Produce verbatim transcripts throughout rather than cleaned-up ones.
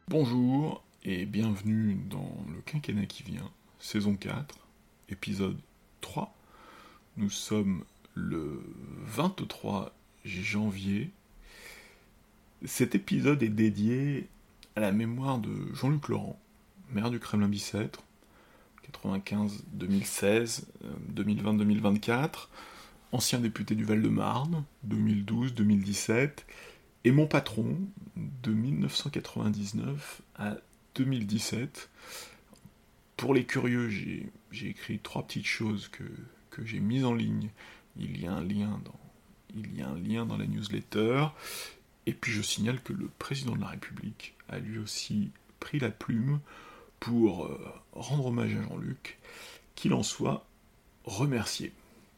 Bonjour et bienvenue dans le quinquennat qui vient, saison quatre, épisode trois. Nous sommes le vingt-trois janvier. Cet épisode est dédié à la mémoire de Jean-Luc Laurent, maire du Kremlin-Bicêtre, quatre-vingt-quinze deux mille seize, deux mille vingt deux mille vingt-quatre, ancien député du Val-de-Marne, deux mille douze deux mille dix-sept, et mon patron, de dix-neuf cent quatre-vingt-dix-neuf à deux mille dix-sept. Pour les curieux, j'ai, j'ai écrit trois petites choses que, que j'ai mises en ligne. Il y a un lien dans, il y a un lien dans la newsletter. Et puis je signale que le président de la République a lui aussi pris la plume pour euh, rendre hommage à Jean-Luc, qu'il en soit remercié.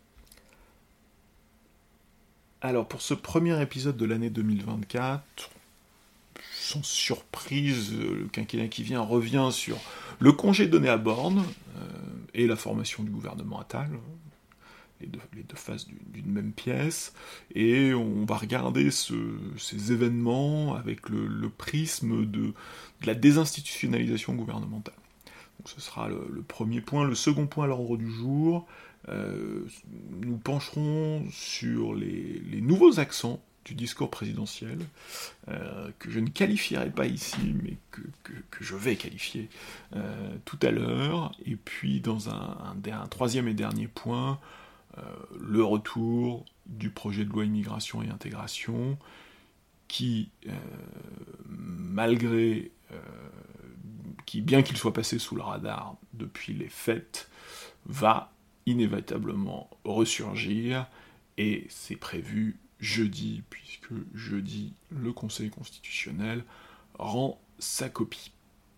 Alors, pour ce premier épisode de l'année deux mille vingt-quatre, sans surprise, le quinquennat qui vient revient sur le congé donné à Borne euh, et la formation du gouvernement Attal, les deux, les deux faces d'une, d'une même pièce, et on va regarder ce, ces événements avec le, le prisme de, de la désinstitutionnalisation gouvernementale. Donc ce sera le, le premier point. Le second point à l'ordre du jour, Euh, nous pencherons sur les, les nouveaux accents du discours présidentiel, euh, que je ne qualifierai pas ici, mais que, que, que je vais qualifier euh, tout à l'heure. Et puis, dans un, un, un troisième et dernier point, euh, le retour du projet de loi immigration et intégration, qui, euh, malgré, euh, qui, bien qu'il soit passé sous le radar depuis les fêtes, va inévitablement ressurgir, et c'est prévu jeudi, puisque jeudi, le Conseil constitutionnel rend sa copie.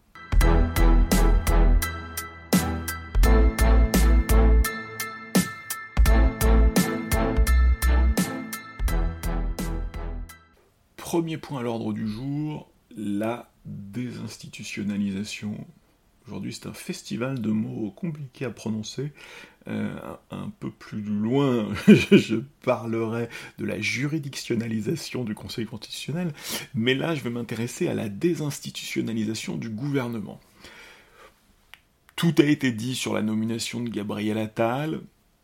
Premier point à l'ordre du jour, la désinstitutionnalisation. Aujourd'hui, c'est un festival de mots compliqués à prononcer. Euh, un, un peu plus loin, je parlerai de la juridictionnalisation du Conseil constitutionnel, mais là, je vais m'intéresser à la désinstitutionnalisation du gouvernement. Tout a été dit sur la nomination de Gabriel Attal,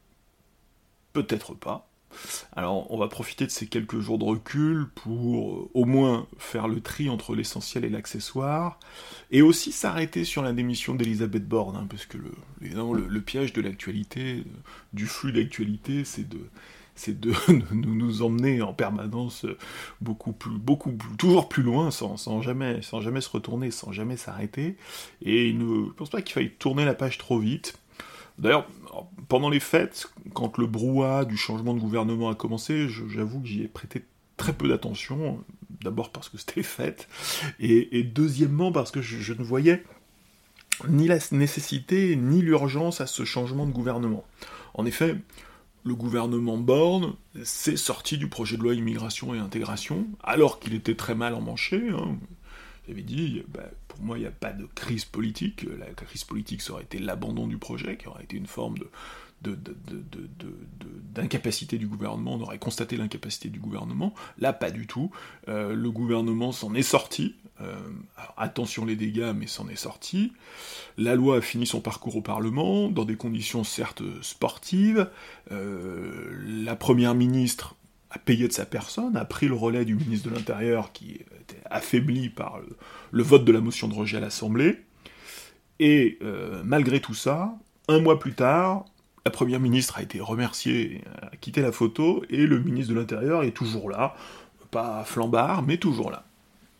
peut-être pas. Alors, on va profiter de ces quelques jours de recul pour euh, au moins faire le tri entre l'essentiel et l'accessoire, et aussi s'arrêter sur la démission d'Elisabeth Borne, hein, parce que le, le, le piège de l'actualité, du flux d'actualité, c'est de, c'est de nous, nous emmener en permanence beaucoup plus, beaucoup plus, toujours plus loin, sans, sans, jamais, sans jamais se retourner, sans jamais s'arrêter, et il ne, je pense pas qu'il faille tourner la page trop vite. D'ailleurs, pendant les fêtes, quand le brouhaha du changement de gouvernement a commencé, je, j'avoue que j'y ai prêté très peu d'attention, d'abord parce que c'était les fêtes, et, et deuxièmement parce que je, je ne voyais ni la nécessité ni l'urgence à ce changement de gouvernement. En effet, le gouvernement Borne s'est sorti du projet de loi immigration et intégration, alors qu'il était très mal emmanché, hein. J'avais dit, bah, pour moi, il n'y a pas de crise politique. La crise politique, ça aurait été l'abandon du projet, qui aurait été une forme de, de, de, de, de, de, d'incapacité du gouvernement. On aurait constaté l'incapacité du gouvernement. Là, pas du tout. Euh, le gouvernement s'en est sorti. Euh, alors, attention les dégâts, mais s'en est sorti. La loi a fini son parcours au Parlement, dans des conditions certes sportives. Euh, la première ministre a payé de sa personne, a pris le relais du ministre de l'Intérieur qui était affaibli par le, le vote de la motion de rejet à l'Assemblée, et euh, malgré tout ça, un mois plus tard, la première ministre a été remerciée, a quitté la photo, et le ministre de l'Intérieur est toujours là, pas flambard, mais toujours là.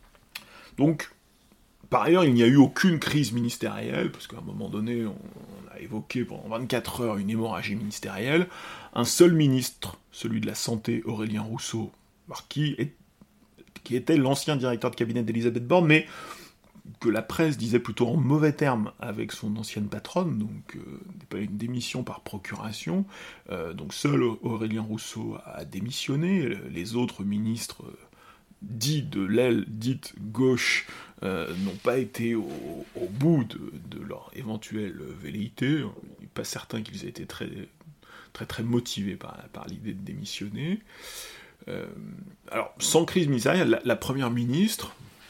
Donc, par ailleurs, il n'y a eu aucune crise ministérielle, parce qu'à un moment donné, on, on a évoqué pendant vingt-quatre heures une hémorragie ministérielle. Un seul ministre, celui de la Santé, Aurélien Rousseau, qui, est, qui était l'ancien directeur de cabinet d'Elisabeth Borne, mais que la presse disait plutôt en mauvais termes avec son ancienne patronne, donc euh, une démission par procuration. Euh, donc seul Aurélien Rousseau a démissionné, les autres ministres euh, dits de l'aile dite gauche euh, n'ont pas été au, au bout de, de leur éventuelle velléité. Il n'est pas certain qu'ils aient été très très très motivés par, par l'idée de démissionner. Euh, alors, sans crise ministérielle, la, la première ministre,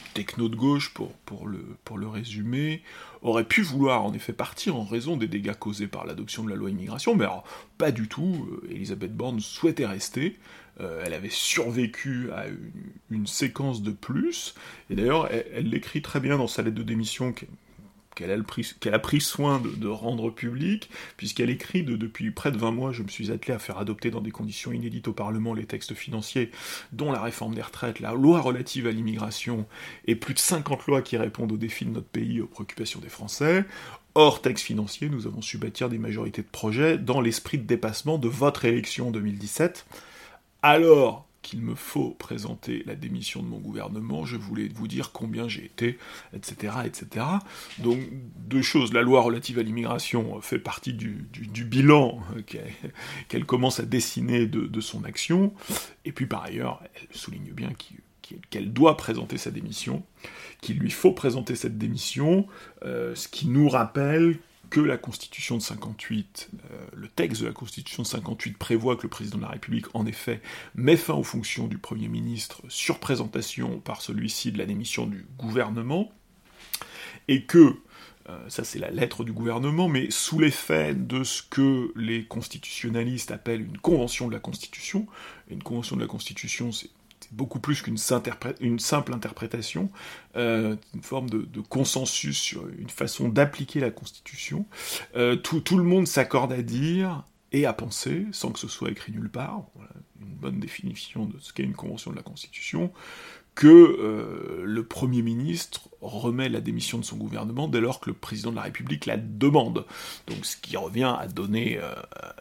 techno de gauche pour, pour, le, pour le résumer, aurait pu vouloir en effet partir en raison des dégâts causés par l'adoption de la loi immigration, mais alors pas du tout. Elisabeth Borne souhaitait rester, euh, elle avait survécu à une, une séquence de plus, et d'ailleurs elle, elle l'écrit très bien dans sa lettre de démission qu'elle a, pris, qu'elle a pris soin de, de rendre publique, puisqu'elle écrit de, depuis près de vingt mois, je me suis attelé à faire adopter dans des conditions inédites au Parlement les textes financiers, dont la réforme des retraites, la loi relative à l'immigration, et plus de cinquante lois qui répondent aux défis de notre pays et aux préoccupations des Français. Hors texte financier, nous avons su bâtir des majorités de projets dans l'esprit de dépassement de votre élection deux mille dix-sept. Alors qu'il me faut présenter la démission de mon gouvernement, je voulais vous dire combien j'ai été, et cetera, et cetera. Donc, deux choses. La loi relative à l'immigration fait partie du, du, du bilan qu'elle, qu'elle commence à dessiner de, de son action, et puis par ailleurs, elle souligne bien qu'il, qu'elle doit présenter sa démission, qu'il lui faut présenter cette démission, euh, ce qui nous rappelle que la Constitution de cinquante-huit, euh, le texte de la Constitution de cinquante-huit prévoit que le président de la République, en effet, met fin aux fonctions du Premier ministre sur présentation par celui-ci de la démission du gouvernement, et que, euh, ça c'est la lettre du gouvernement, mais sous l'effet de ce que les constitutionnalistes appellent une convention de la Constitution, et une convention de la Constitution, c'est beaucoup plus qu'une une simple interprétation, euh, une forme de, de consensus sur une façon d'appliquer la Constitution. Euh, tout, tout le monde s'accorde à dire et à penser, sans que ce soit écrit nulle part, voilà, une bonne définition de ce qu'est une convention de la Constitution, que euh, le Premier ministre remet la démission de son gouvernement dès lors que le président de la République la demande. Donc ce qui revient à donner, euh,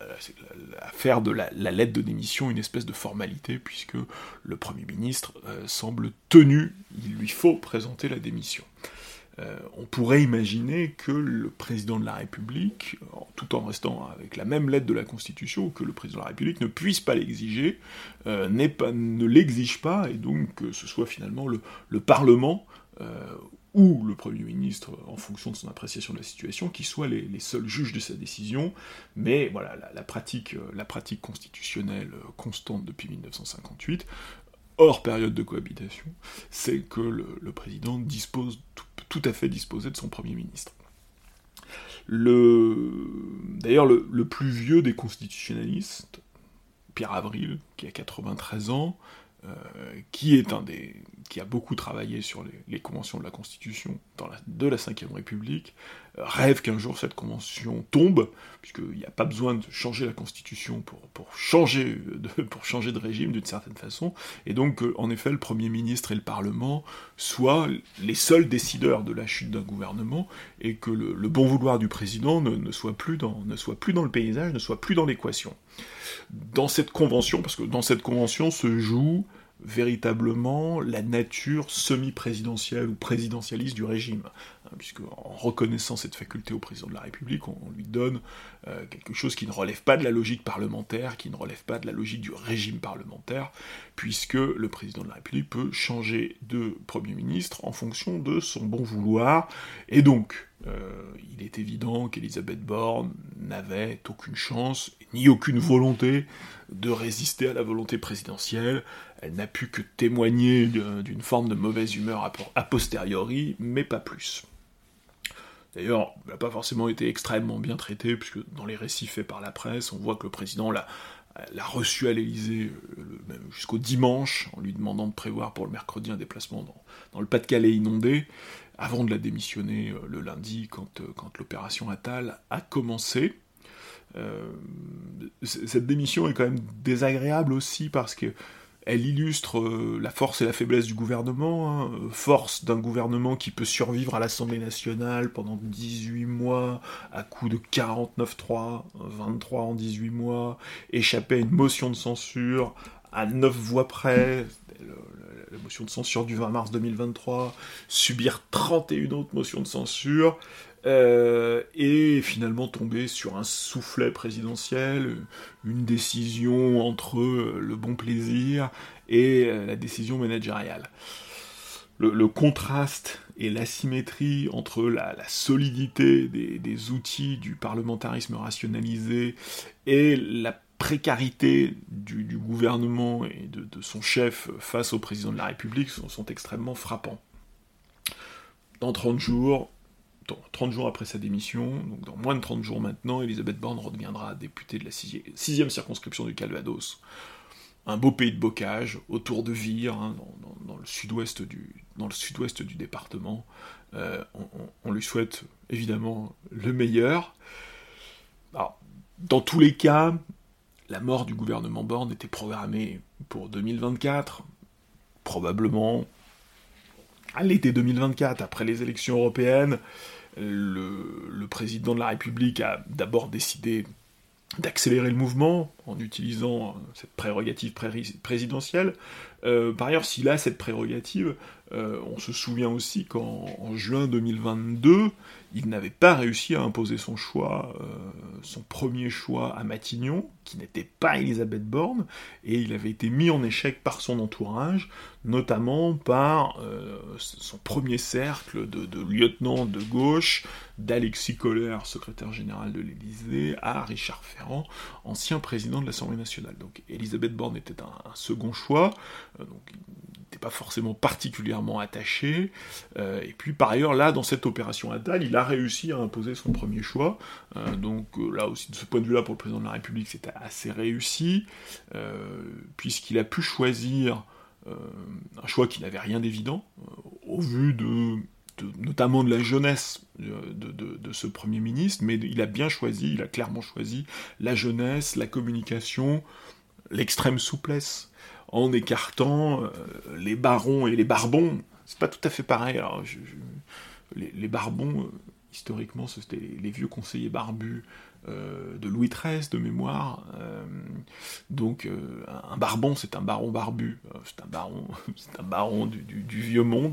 à faire de la, la lettre de démission une espèce de formalité, puisque le Premier ministre euh, semble tenu, il lui faut présenter la démission. Euh, on pourrait imaginer que le président de la République, tout en restant avec la même lettre de la Constitution, que le président de la République ne puisse pas l'exiger, euh, n'est pas, ne l'exige pas, et donc que ce soit finalement le, le Parlement euh, ou le Premier ministre, en fonction de son appréciation de la situation, qui soient les, les seuls juges de sa décision. Mais voilà, la, la, pratique, la pratique constitutionnelle constante depuis mille neuf cent cinquante-huit, hors période de cohabitation, c'est que le, le président dispose, tout, tout à fait disposer de son Premier ministre. Le... D'ailleurs, le, le plus vieux des constitutionnalistes, Pierre Avril, qui a quatre-vingt-treize ans, euh, qui est un des... qui a beaucoup travaillé sur les, les conventions de la Constitution dans la, de la cinquième République, euh, rêve qu'un jour cette convention tombe, puisqu'il n'y a pas besoin de changer la Constitution pour, pour, changer, de, pour changer de régime d'une certaine façon, et donc euh, en effet le Premier ministre et le Parlement soient les seuls décideurs de la chute d'un gouvernement, et que le, le bon vouloir du président ne, ne, soit plus dans, ne soit plus dans le paysage, ne soit plus dans l'équation. Dans cette convention, parce que dans cette convention se joue véritablement la nature semi-présidentielle ou présidentialiste du régime, hein, puisque en reconnaissant cette faculté au président de la République, on, on lui donne euh, quelque chose qui ne relève pas de la logique parlementaire, qui ne relève pas de la logique du régime parlementaire, puisque le président de la République peut changer de Premier ministre en fonction de son bon vouloir, et donc euh, il est évident qu'Elisabeth Borne n'avait aucune chance, ni aucune volonté de résister à la volonté présidentielle. Elle n'a pu que témoigner d'une forme de mauvaise humeur a posteriori, mais pas plus. D'ailleurs, elle n'a pas forcément été extrêmement bien traitée, puisque dans les récits faits par la presse, on voit que le président l'a, l'a reçue à l'Élysée jusqu'au dimanche, en lui demandant de prévoir pour le mercredi un déplacement dans, dans le Pas-de-Calais inondé, avant de la démissionner le lundi, quand, quand l'opération Attal a commencé. Euh, cette démission est quand même désagréable aussi parce que elle illustre euh, la force et la faiblesse du gouvernement, hein, force d'un gouvernement qui peut survivre à l'Assemblée nationale pendant dix-huit mois, à coup de quarante-neuf trois, vingt-trois en dix-huit mois, échapper à une motion de censure à neuf voix près, le, le, la motion de censure du vingt mars deux mille vingt-trois, subir trente et une autres motions de censure, Euh, et finalement tomber sur un soufflet présidentiel, une décision entre le bon plaisir et la décision managériale. Le, le contraste et l'asymétrie entre la, la solidité des, des outils du parlementarisme rationalisé et la précarité du, du gouvernement et de, de son chef face au président de la République sont, sont extrêmement frappants. dans trente jours, trente jours après sa démission, donc dans moins de trente jours maintenant, Elisabeth Borne redeviendra députée de la sixième circonscription du Calvados. Un beau pays de bocage, autour de Vire, hein, dans, dans, dans, le sud-ouest du, dans le sud-ouest du département. Euh, on, on, on lui souhaite évidemment le meilleur. Alors, dans tous les cas, la mort du gouvernement Borne était programmée pour deux mille vingt-quatre, probablement à l'été deux mille vingt-quatre, après les élections européennes. Le, le président de la République a d'abord décidé d'accélérer le mouvement en utilisant cette prérogative pré- présidentielle. Euh, par ailleurs, s'il a cette prérogative, euh, on se souvient aussi qu'en en juin deux mille vingt-deux, il n'avait pas réussi à imposer son choix, euh, son premier choix à Matignon, qui n'était pas Elisabeth Borne, et il avait été mis en échec par son entourage, notamment par euh, son premier cercle de, de lieutenants de gauche, d'Alexis Kohler, secrétaire général de l'Élysée, à Richard Ferrand, ancien président de l'Assemblée nationale. Donc Elisabeth Borne était un, un second choix, euh, donc il n'était pas forcément particulièrement attaché, euh, et puis par ailleurs, là, dans cette opération Attal, il a réussi à imposer son premier choix, euh, donc euh, là aussi, de ce point de vue-là, pour le président de la République, c'était assez réussi, euh, puisqu'il a pu choisir euh, un choix qui n'avait rien d'évident, euh, au vu de... De, notamment de la jeunesse de, de, de ce Premier ministre, mais il a bien choisi, il a clairement choisi la jeunesse, la communication, l'extrême souplesse, en écartant euh, les barons et les barbons. C'est pas tout à fait pareil. Alors, je, je, les, les barbons, euh, historiquement, c'était les, les vieux conseillers barbus euh, de Louis treize, de mémoire. Euh, donc, euh, un barbon, c'est un baron barbu. C'est un baron, c'est un baron du, du, du vieux monde.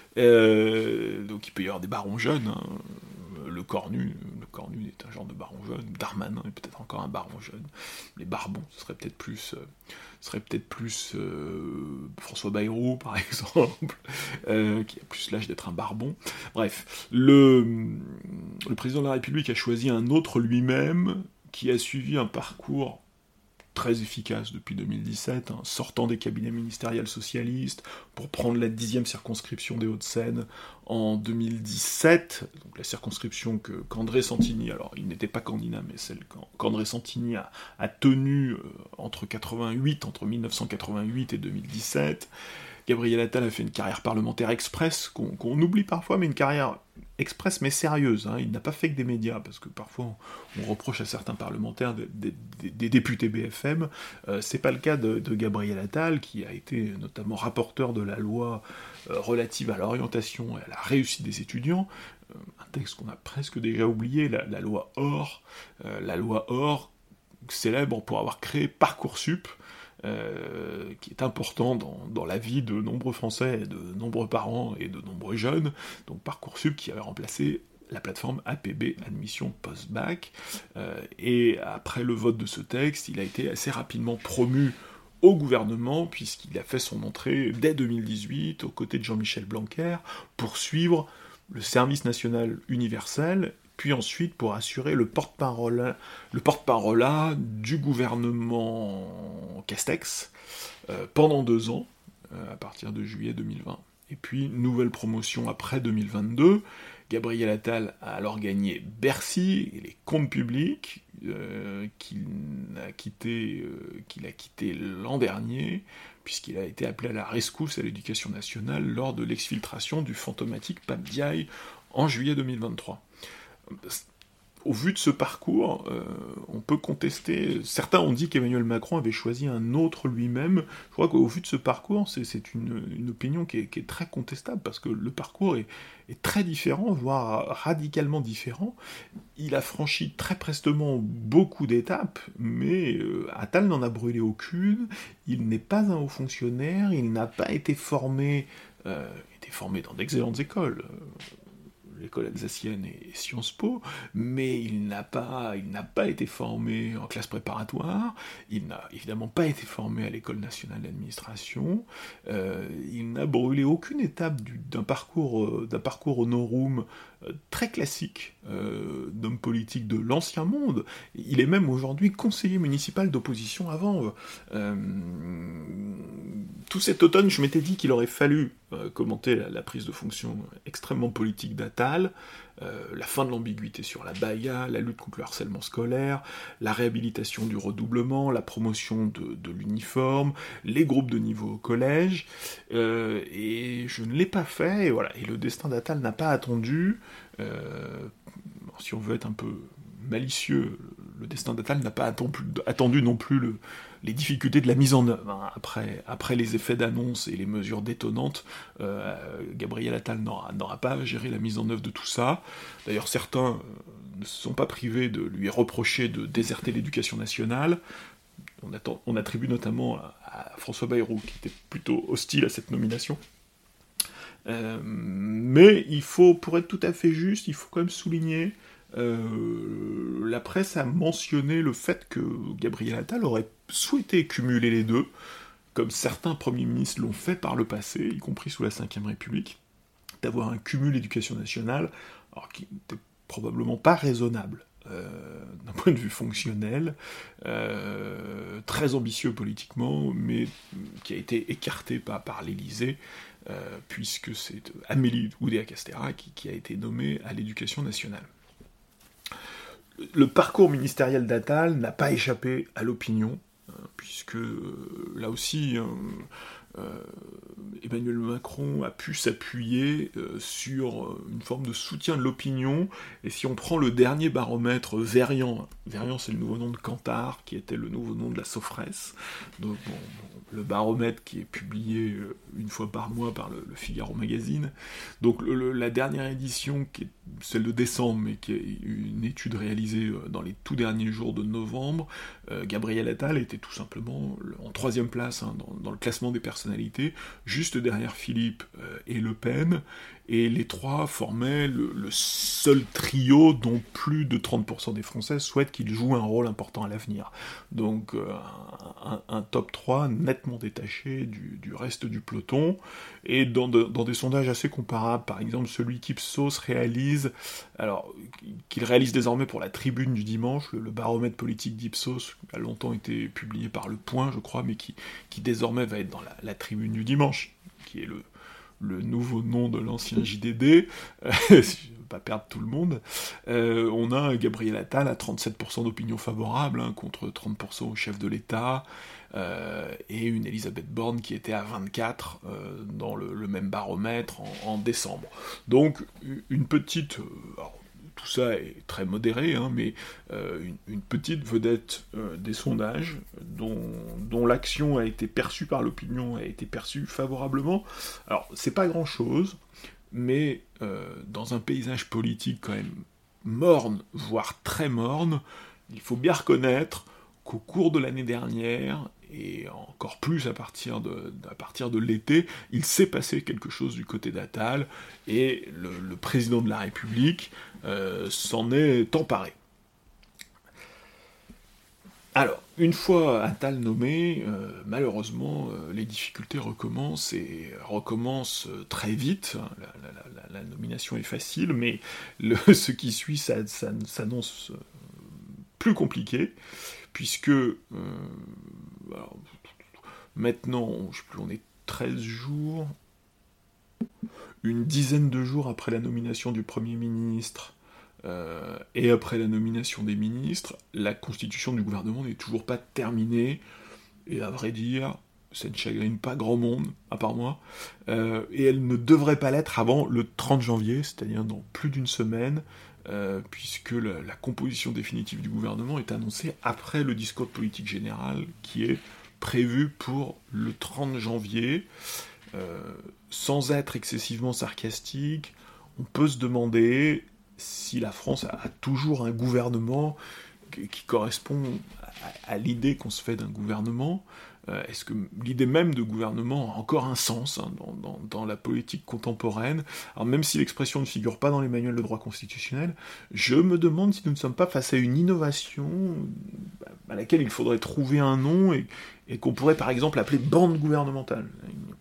Euh, donc, il peut y avoir des barons jeunes. Hein. Le Cornu, le Cornu est un genre de baron jeune. Darmanin est peut-être encore un baron jeune. Les barbons, ce serait peut-être plus... Euh, ce serait peut-être plus euh, François Bayrou, par exemple, euh, qui a plus l'âge d'être un barbon. Bref, le, le président de la République a choisi un autre lui-même, qui a suivi un parcours très efficace depuis deux mille dix-sept, hein, sortant des cabinets ministériels socialistes, pour prendre la dixième circonscription des Hauts-de-Seine en deux mille dix-sept, donc la circonscription que, qu'André Santini, alors il n'était pas candidat, mais celle qu'André Santini a, a tenue euh, entre quatre-vingt-huit, entre mille neuf cent quatre-vingt-huit et deux mille dix-sept. Gabriel Attal a fait une carrière parlementaire express, qu'on, qu'on oublie parfois, mais une carrière express mais sérieuse. Hein. Il n'a pas fait que des médias, parce que parfois on, on reproche à certains parlementaires des, des, des, des députés B F M. Euh, c'est pas le cas de, de Gabriel Attal, qui a été notamment rapporteur de la loi euh, relative à l'orientation et à la réussite des étudiants. Euh, un texte qu'on a presque déjà oublié, la, la loi OR. Euh, la loi OR, célèbre pour avoir créé Parcoursup, Euh, qui est important dans, dans la vie de nombreux Français, et de nombreux parents et de nombreux jeunes, donc Parcoursup qui avait remplacé la plateforme A P B, Admission Post-Bac, euh, et après le vote de ce texte, il a été assez rapidement promu au gouvernement, puisqu'il a fait son entrée dès deux mille dix-huit, aux côtés de Jean-Michel Blanquer, pour suivre le service national universel, puis ensuite pour assurer le porte-parole, le porte-parole du gouvernement Castex euh, pendant deux ans, euh, à partir de juillet deux mille vingt. Et puis, nouvelle promotion après deux mille vingt-deux, Gabriel Attal a alors gagné Bercy et les comptes publics, euh, qu'il a quitté, euh, qu'il a quitté l'an dernier, puisqu'il a été appelé à la rescousse à l'éducation nationale lors de l'exfiltration du fantomatique Pape Diaye en juillet deux mille vingt-trois. Au vu de ce parcours, euh, on peut contester... Certains ont dit qu'Emmanuel Macron avait choisi un autre lui-même. Je crois qu'au vu de ce parcours, c'est, c'est une, une opinion qui est, qui est très contestable, parce que le parcours est, est très différent, voire radicalement différent. Il a franchi très prestement beaucoup d'étapes, mais euh, Attal n'en a brûlé aucune. Il n'est pas un haut fonctionnaire, il n'a pas été formé... Euh, il était formé dans d'excellentes écoles... Euh, l'école alsacienne et Sciences Po, mais il n'a pas, il n'a pas été formé en classe préparatoire, il n'a évidemment pas été formé à l'École nationale d'administration, euh, il n'a brûlé aucune étape du, d'un parcours, euh, d'un parcours honorum euh, très classique euh, d'homme politique de l'ancien monde. Il est même aujourd'hui conseiller municipal d'opposition avant. Euh, tout cet automne, je m'étais dit qu'il aurait fallu euh, commenter la, la prise de fonction extrêmement politique d'Attal, euh, la fin de l'ambiguïté sur la baya, la lutte contre le harcèlement scolaire, la réhabilitation du redoublement, la promotion de, de l'uniforme, les groupes de niveau au collège, euh, et je ne l'ai pas fait, et voilà, et le destin d'Attal n'a pas attendu. Euh, si on veut être un peu malicieux, le destin d'Attal n'a pas attendu, attendu non plus le, les difficultés de la mise en œuvre. Hein. Après, après les effets d'annonce et les mesures détonnantes, euh, Gabriel Attal n'aura, n'aura pas géré la mise en œuvre de tout ça. D'ailleurs, certains euh, ne se sont pas privés de lui reprocher de déserter l'éducation nationale. On, attend, on attribue notamment à, à François Bayrou, qui était plutôt hostile à cette nomination. Euh, mais il faut, pour être tout à fait juste, il faut quand même souligner, euh, la presse a mentionné le fait que Gabriel Attal aurait souhaité cumuler les deux, comme certains premiers ministres l'ont fait par le passé, y compris sous la cinquième République, d'avoir un cumul éducation nationale, alors qui n'était probablement pas raisonnable. Euh, d'un point de vue fonctionnel, euh, très ambitieux politiquement, mais qui a été écarté par, par l'Élysée, euh, puisque c'est Amélie Oudéa-Castéra qui, qui a été nommée à l'Éducation nationale. Le parcours ministériel d'Attal n'a pas échappé à l'opinion, euh, puisque euh, là aussi, euh, euh, Emmanuel Macron a pu s'appuyer euh, sur une forme de soutien de l'opinion, et si on prend le dernier baromètre Verian, Verian c'est le nouveau nom de Kantar, qui était le nouveau nom de la Sofres, donc bon, bon, le baromètre qui est publié euh, une fois par mois par le, le Figaro Magazine, donc le, le, la dernière édition, qui est celle de décembre, mais qui est une étude réalisée euh, dans les tout derniers jours de novembre, euh, Gabriel Attal était tout simplement en troisième place hein, dans, dans le classement des personnalités, juste derrière Philippe euh, et Le Pen, et les trois formaient le, le seul trio dont plus de trente pour cent des Français souhaitent qu'il joue un rôle important à l'avenir. Donc euh, un, un top trois nettement détaché du, du reste du peloton, et dans, de, dans des sondages assez comparables, par exemple celui qu'Ipsos réalise, alors qu'il réalise désormais pour la Tribune du dimanche, le, le baromètre politique d'Ipsos a longtemps été publié par Le Point, je crois, mais qui, qui désormais va être dans la, la Tribune du dimanche, qui est le le nouveau nom de l'ancien J D D, euh, si je ne veux pas perdre tout le monde, euh, on a Gabriel Attal à trente-sept pour cent d'opinion favorable, hein, contre trente pour cent au chef de l'État, euh, et une Elisabeth Borne qui était à vingt-quatre pour cent euh, dans le, le même baromètre en, en décembre. Donc une petite... Euh, alors, tout ça est très modéré, hein, mais euh, une, une petite vedette euh, des sondages, dont, dont l'action a été perçue par l'opinion, a été perçue favorablement. Alors, c'est pas grand-chose, mais euh, dans un paysage politique quand même morne, voire très morne, il faut bien reconnaître qu'au cours de l'année dernière, et encore plus à partir de, à partir de l'été, il s'est passé quelque chose du côté d'Attal, et le, le président de la République euh, s'en est emparé. Alors, une fois Attal nommé, euh, malheureusement, euh, les difficultés recommencent, et recommencent très vite. La, la, la, la nomination est facile, mais le, ce qui suit ça, ça, s'annonce plus compliqué, puisque euh, alors, maintenant, je sais plus, on est treize jours, une dizaine de jours après la nomination du Premier ministre, euh, et après la nomination des ministres, la constitution du gouvernement n'est toujours pas terminée, et à vrai dire, ça ne chagrine pas grand monde, à part moi, euh, et elle ne devrait pas l'être avant le trente janvier, c'est-à-dire dans plus d'une semaine, Euh, puisque la, la composition définitive du gouvernement est annoncée après le discours de politique générale qui est prévu pour le trente janvier. Euh, sans être excessivement sarcastique, on peut se demander si la France a, a toujours un gouvernement qui, qui correspond à, à l'idée qu'on se fait d'un gouvernement. Euh, est-ce que l'idée même de gouvernement a encore un sens hein, dans, dans, dans la politique contemporaine? Alors même si l'expression ne figure pas dans les manuels de droit constitutionnel, je me demande si nous ne sommes pas face à une innovation à laquelle il faudrait trouver un nom et, et qu'on pourrait par exemple appeler bande gouvernementale. Il n'y a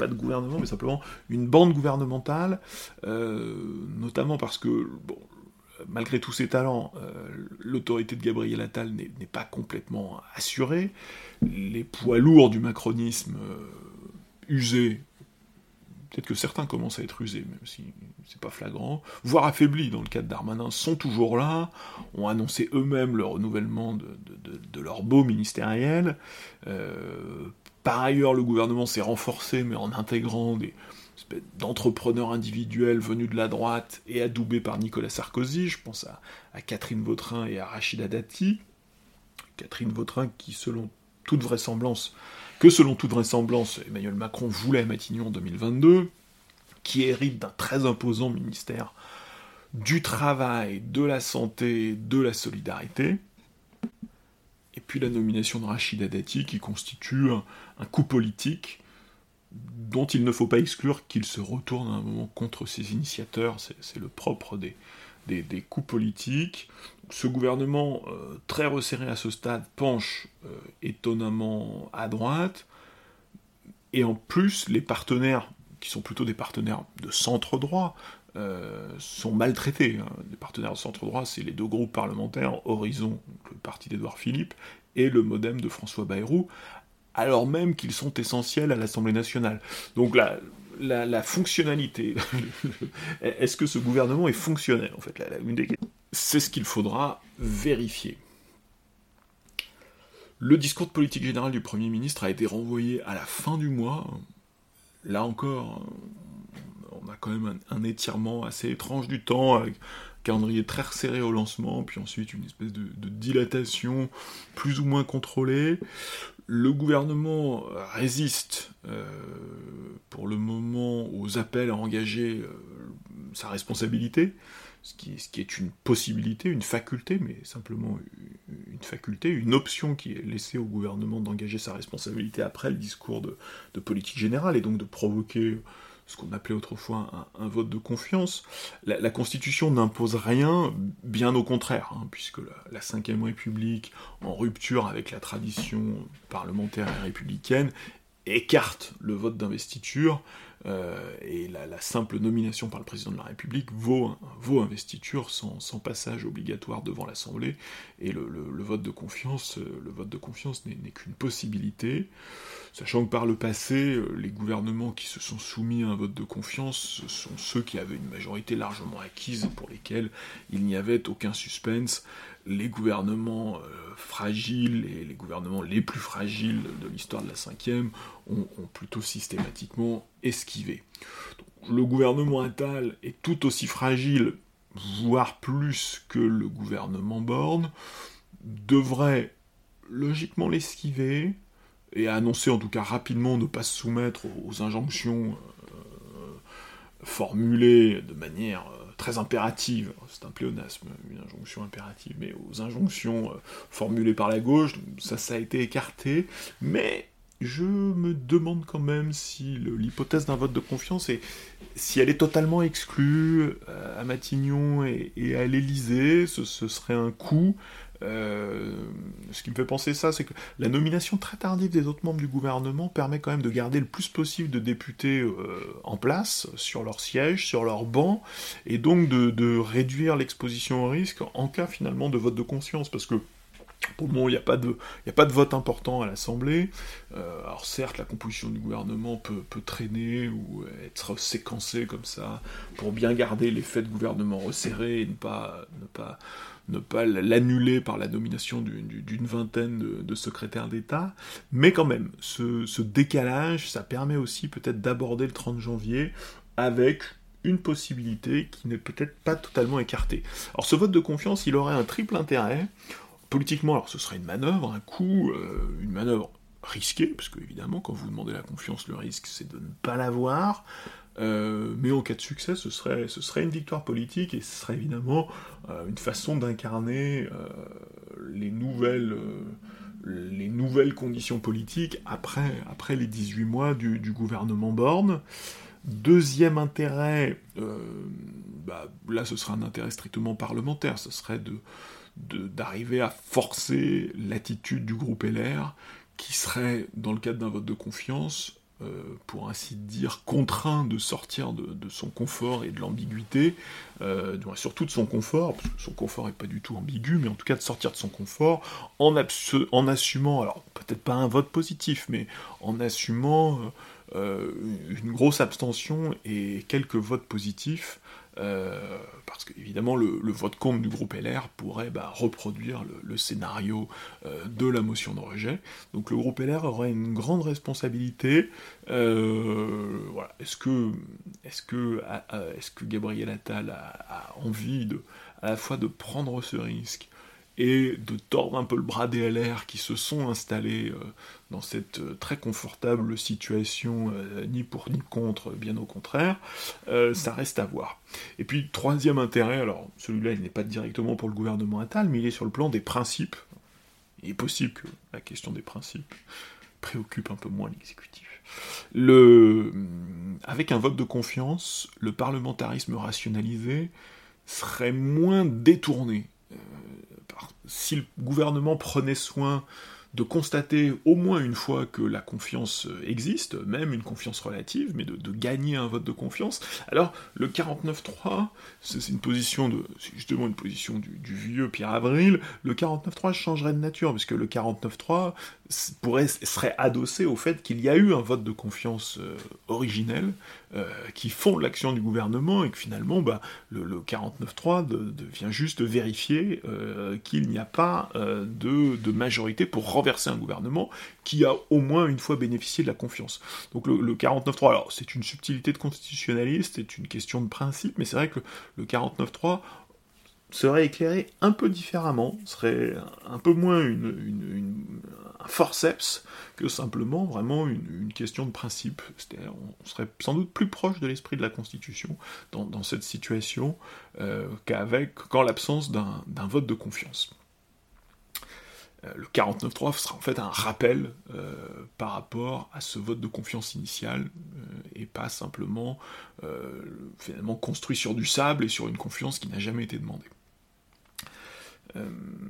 pas de gouvernement, mais simplement une bande gouvernementale, euh, notamment parce que, bon, malgré tous ses talents, euh, l'autorité de Gabriel Attal n'est, n'est pas complètement assurée. Les poids lourds du macronisme euh, usés, peut-être que certains commencent à être usés, même si c'est pas flagrant, voire affaiblis dans le cas de Darmanin, sont toujours là, ont annoncé eux-mêmes le renouvellement de, de, de, de leur beau ministériel. Euh, par ailleurs, le gouvernement s'est renforcé, mais en intégrant des espèces d'entrepreneurs individuels venus de la droite et adoubés par Nicolas Sarkozy. Je pense à, à Catherine Vautrin et à Rachida Dati. Catherine Vautrin qui, selon toute vraisemblance, que selon toute vraisemblance, Emmanuel Macron voulait à Matignon en deux mille vingt-deux, qui hérite d'un très imposant ministère du travail, de la santé, de la solidarité, et puis la nomination de Rachida Dati, qui constitue un, un coup politique dont il ne faut pas exclure qu'il se retourne à un moment contre ses initiateurs, c'est, c'est le propre des, des, des coups politiques. Ce gouvernement, euh, très resserré à ce stade, penche euh, étonnamment à droite, et en plus, les partenaires, qui sont plutôt des partenaires de centre-droit, euh, sont maltraités. Hein. Les partenaires de centre-droit, c'est les deux groupes parlementaires, Horizon, le parti d'Édouard Philippe, et le Modem de François Bayrou, alors même qu'ils sont essentiels à l'Assemblée nationale. Donc la, la, la fonctionnalité, est-ce que ce gouvernement est fonctionnel, en fait, la, la, une des... C'est ce qu'il faudra vérifier. Le discours de politique générale du Premier ministre a été renvoyé à la fin du mois. Là encore, on a quand même un, un étirement assez étrange du temps, avec un calendrier très resserré au lancement, puis ensuite une espèce de, de dilatation plus ou moins contrôlée. Le gouvernement résiste euh, pour le moment aux appels à engager euh, sa responsabilité, ce qui, ce qui est une possibilité, une faculté, mais simplement une faculté, une option qui est laissée au gouvernement d'engager sa responsabilité après le discours de, de politique générale, et donc de provoquer ce qu'on appelait autrefois un, un vote de confiance. La, la Constitution n'impose rien, bien au contraire, hein, puisque la, la cinquième République, en rupture avec la tradition parlementaire et républicaine, écarte le vote d'investiture, euh, et la, la simple nomination par le président de la République vaut, vaut investiture sans, sans passage obligatoire devant l'Assemblée, et le, le, le vote de confiance, le vote de confiance n'est, n'est qu'une possibilité, sachant que par le passé, les gouvernements qui se sont soumis à un vote de confiance sont ceux qui avaient une majorité largement acquise et pour lesquels il n'y avait aucun suspense. Les gouvernements euh, fragiles et les gouvernements les plus fragiles de l'histoire de la cinquième ont, ont plutôt systématiquement esquivé. Donc, le gouvernement Attal est tout aussi fragile, voire plus que le gouvernement Borne, devrait logiquement l'esquiver, et a annoncé en tout cas rapidement ne pas se soumettre aux injonctions euh, formulées de manière euh, très impérative, c'est un pléonasme, une injonction impérative, mais aux injonctions euh, formulées par la gauche, ça, ça a été écarté, mais je me demande quand même si le, l'hypothèse d'un vote de confiance, est, si elle est totalement exclue euh, à Matignon et, et à l'Élysée, ce, ce serait un coup. Euh, ce qui me fait penser ça, c'est que la nomination très tardive des autres membres du gouvernement permet quand même de garder le plus possible de députés euh, en place, sur leur siège, sur leur banc, et donc de, de réduire l'exposition au risque en cas finalement de vote de conscience, parce que pour le moment, il n'y a pas de, il n'y a pas de vote important à l'Assemblée. Euh, alors certes, la composition du gouvernement peut, peut traîner ou être séquencée comme ça, pour bien garder l'effet de gouvernement resserré et ne pas, ne pas, ne pas l'annuler par la nomination d'une, d'une vingtaine de, de secrétaires d'État. Mais quand même, ce, ce décalage, ça permet aussi peut-être d'aborder le trente janvier avec une possibilité qui n'est peut-être pas totalement écartée. Alors ce vote de confiance, il aurait un triple intérêt. Politiquement, alors ce serait une manœuvre, un coup, euh, une manœuvre risquée, parce que évidemment, quand vous demandez la confiance, le risque, c'est de ne pas l'avoir, euh, mais en cas de succès, ce serait, ce serait une victoire politique, et ce serait évidemment euh, une façon d'incarner euh, les nouvelles... Euh, les nouvelles conditions politiques après, après les dix-huit mois du, du gouvernement Borne. Deuxième intérêt, euh, bah, là ce serait un intérêt strictement parlementaire, ce serait de, de, d'arriver à forcer l'attitude du groupe L R, qui serait, dans le cadre d'un vote de confiance, euh, pour ainsi dire, contraint de sortir de, de son confort et de l'ambiguïté, euh, surtout de son confort, parce que son confort n'est pas du tout ambigu, mais en tout cas de sortir de son confort, en, abs- en assumant, alors peut-être pas un vote positif, mais en assumant euh, une grosse abstention et quelques votes positifs, Euh, parce qu'évidemment le, le vote contre du groupe L R pourrait bah, reproduire le, le scénario euh, de la motion de rejet. Donc le groupe L R aurait une grande responsabilité. Euh, voilà. Est-ce que, est-ce que, est-ce que Gabriel Attal a, a envie de, à la fois de prendre ce risque et de tordre un peu le bras des L R qui se sont installés euh, dans cette euh, très confortable situation, euh, ni pour ni contre, bien au contraire, euh, ça reste à voir. Et puis, troisième intérêt, alors celui-là, il n'est pas directement pour le gouvernement Attal, mais il est sur le plan des principes. Il est possible que la question des principes préoccupe un peu moins l'exécutif. Le... Avec un vote de confiance, le parlementarisme rationalisé serait moins détourné. Euh, si le gouvernement prenait soin de constater au moins une fois que la confiance existe, même une confiance relative, mais de, de gagner un vote de confiance, alors le quarante-neuf trois, c'est une position de, c'est justement une position du, du vieux Pierre Avril, le quarante-neuf trois changerait de nature, parce que le quarante-neuf trois pourrait, serait adossé au fait qu'il y a eu un vote de confiance euh, originel, euh, qui fonde l'action du gouvernement, et que finalement, bah, le, le quarante-neuf trois de, de vient juste vérifier euh, qu'il n'y a pas euh, de, de majorité pour renverser un gouvernement qui a au moins une fois bénéficié de la confiance. Donc le, le quarante-neuf trois, alors c'est une subtilité de constitutionnaliste, c'est une question de principe, mais c'est vrai que le, le quarante-neuf trois serait éclairé un peu différemment, serait un peu moins une, une, une, un forceps que simplement vraiment une, une question de principe. C'est-à-dire, on serait sans doute plus proche de l'esprit de la Constitution dans, dans cette situation euh, qu'avec, qu'en l'absence d'un, d'un vote de confiance. Euh, le quarante-neuf trois sera en fait un rappel euh, par rapport à ce vote de confiance initial, euh, et pas simplement euh, finalement construit sur du sable et sur une confiance qui n'a jamais été demandée. Euh,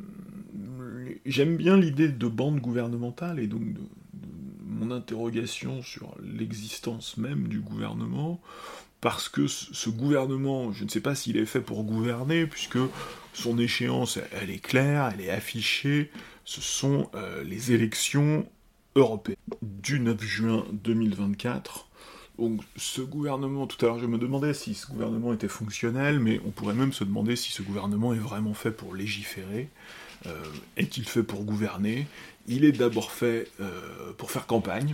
j'aime bien l'idée de bande gouvernementale, et donc de, de mon interrogation sur l'existence même du gouvernement, parce que ce, ce gouvernement, je ne sais pas s'il est fait pour gouverner, puisque son échéance, elle est claire, elle est affichée, ce sont euh, les élections européennes du neuf juin deux mille vingt-quatre. Donc ce gouvernement, tout à l'heure je me demandais si ce gouvernement était fonctionnel, mais on pourrait même se demander si ce gouvernement est vraiment fait pour légiférer. Euh, est-il fait pour gouverner? Il est d'abord fait euh, pour faire campagne.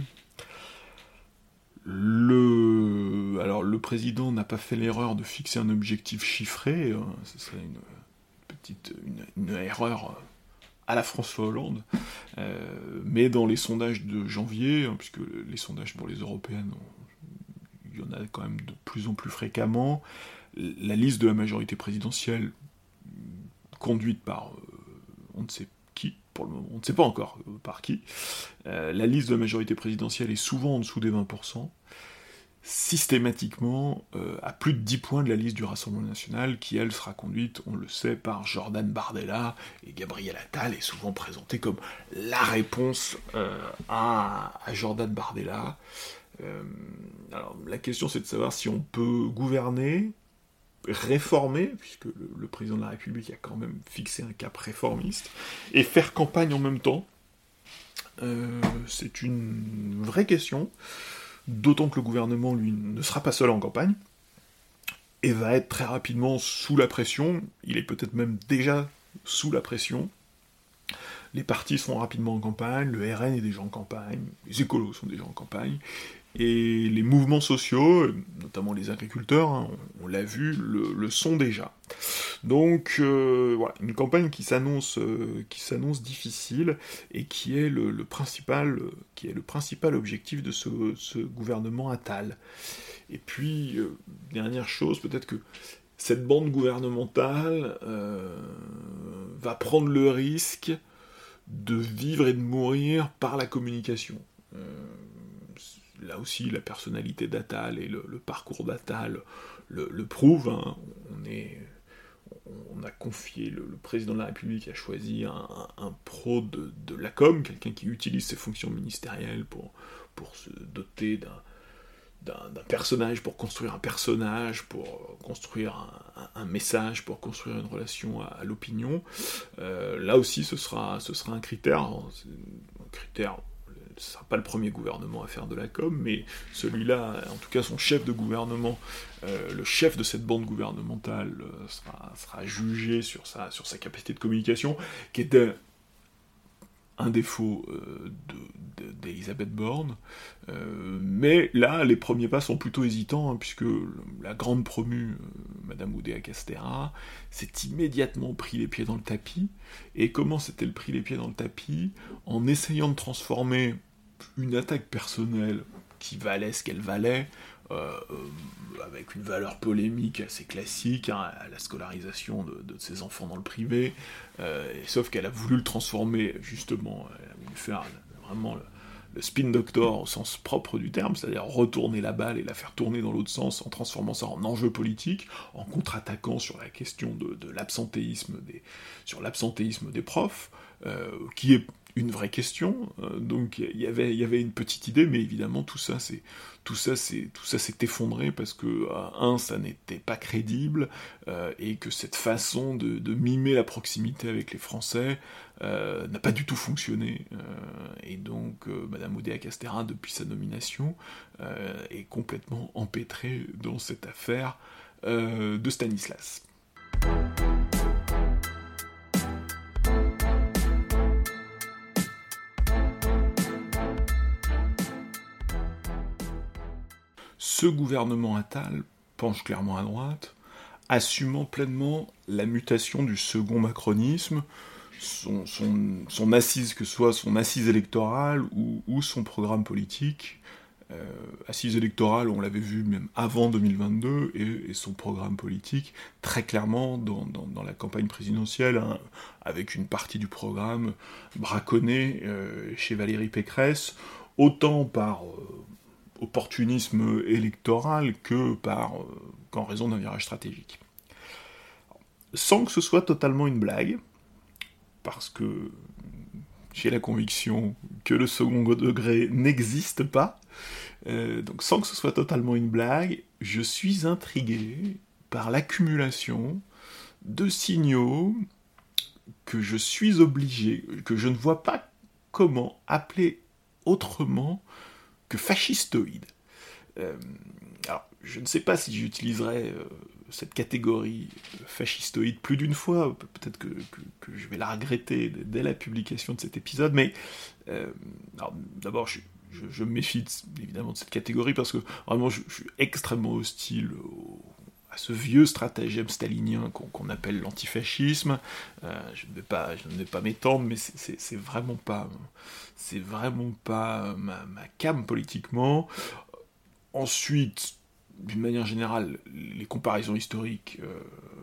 Le... Alors le président n'a pas fait l'erreur de fixer un objectif chiffré, hein, ce serait une petite une, une erreur à la François Hollande, euh, mais dans les sondages de janvier, hein, puisque les sondages pour les européennes, il y en a quand même de plus en plus fréquemment, la liste de la majorité présidentielle, conduite par euh, on ne sait qui, pour le moment, on ne sait pas encore euh, par qui, euh, la liste de la majorité présidentielle est souvent en dessous des vingt pour cent, systématiquement euh, à plus de dix points de la liste du Rassemblement National, qui elle sera conduite, on le sait, par Jordan Bardella, et Gabriel Attal est souvent présenté comme la réponse euh, à, à Jordan Bardella. Euh, alors la question c'est de savoir si on peut gouverner, réformer, puisque le, le président de la République a quand même fixé un cap réformiste, et faire campagne en même temps. Euh, c'est une vraie question. D'autant que le gouvernement, lui, ne sera pas seul en campagne, et va être très rapidement sous la pression, il est peut-être même déjà sous la pression. Les partis seront rapidement en campagne, le R N est déjà en campagne, les écolos sont déjà en campagne, et les mouvements sociaux, notamment les agriculteurs, hein, on, on l'a vu, le, le sont déjà. Donc euh, voilà, une campagne qui s'annonce, euh, qui s'annonce difficile, et qui est le, le principal, qui est le principal objectif de ce, ce gouvernement Attal. Et puis euh, dernière chose, peut-être que cette bande gouvernementale euh, va prendre le risque de vivre et de mourir par la communication. Euh, là aussi, la personnalité d'Attal et le, le parcours d'Attal le, le prouvent. Hein. On est... On a confié, le, le président de la République a choisi un, un, un pro de, de la com, quelqu'un qui utilise ses fonctions ministérielles pour, pour se doter d'un, d'un, d'un personnage, pour construire un personnage, pour construire un, un, un message, pour construire une relation à, à l'opinion. Euh, là aussi, ce sera, ce sera un critère, un critère. Ce ne sera pas le premier gouvernement à faire de la com, mais celui-là, en tout cas son chef de gouvernement, euh, le chef de cette bande gouvernementale euh, sera, sera jugé sur sa, sur sa capacité de communication, qui était un défaut euh, de, de, d'Elisabeth Borne. Euh, mais là, les premiers pas sont plutôt hésitants, hein, puisque la grande promue, euh, Madame Oudéa-Castéra, s'est immédiatement pris les pieds dans le tapis. Et comment s'est-elle pris les pieds dans le tapis ? En essayant de transformer une attaque personnelle qui valait ce qu'elle valait, euh, euh, avec une valeur polémique assez classique, hein, à la scolarisation de, de ses enfants dans le privé, euh, et, sauf qu'elle a voulu le transformer, justement, elle a voulu faire vraiment le, le spin doctor au sens propre du terme, c'est-à-dire retourner la balle et la faire tourner dans l'autre sens en transformant ça en enjeu politique, en contre-attaquant sur la question de, de l'absentéisme des, sur l'absentéisme des profs, euh, qui est une vraie question. Euh, donc il y avait, il y avait une petite idée, mais évidemment tout ça, c'est, tout ça, c'est, tout ça s'est effondré parce que euh, un, ça n'était pas crédible, euh, et que cette façon de, de mimer la proximité avec les Français euh, n'a pas du tout fonctionné. Euh, et donc euh, Madame Oudéa-Castéra, depuis sa nomination, euh, est complètement empêtrée dans cette affaire euh, de Stanislas. Ce gouvernement Attal penche clairement à droite, assumant pleinement la mutation du second macronisme, son, son, son assise, que ce soit son assise électorale ou, ou son programme politique. Euh, assise électorale, on l'avait vu même avant deux mille vingt-deux, et, et son programme politique, très clairement dans, dans, dans la campagne présidentielle, hein, avec une partie du programme braconnée euh, chez Valérie Pécresse, autant par euh, opportunisme électoral que par euh, qu'en raison d'un virage stratégique. Sans que ce soit totalement une blague, parce que j'ai la conviction que le second degré n'existe pas, euh, donc sans que ce soit totalement une blague, je suis intrigué par l'accumulation de signaux que je suis obligé, que je ne vois pas comment appeler autrement que fascistoïde. Euh, alors, je ne sais pas si j'utiliserai euh, cette catégorie fascistoïde plus d'une fois, peut-être que, que, que je vais la regretter dès la publication de cet épisode, mais euh, alors, d'abord, je, je, je me méfie de, évidemment de cette catégorie, parce que vraiment, je, je suis extrêmement hostile au, à ce vieux stratagème stalinien qu'on, qu'on appelle l'antifascisme. Euh, je ne vais pas, je ne vais pas m'étendre, mais c'est, c'est, c'est vraiment pas... C'est vraiment pas ma, ma came politiquement. Ensuite, d'une manière générale, les comparaisons historiques, euh,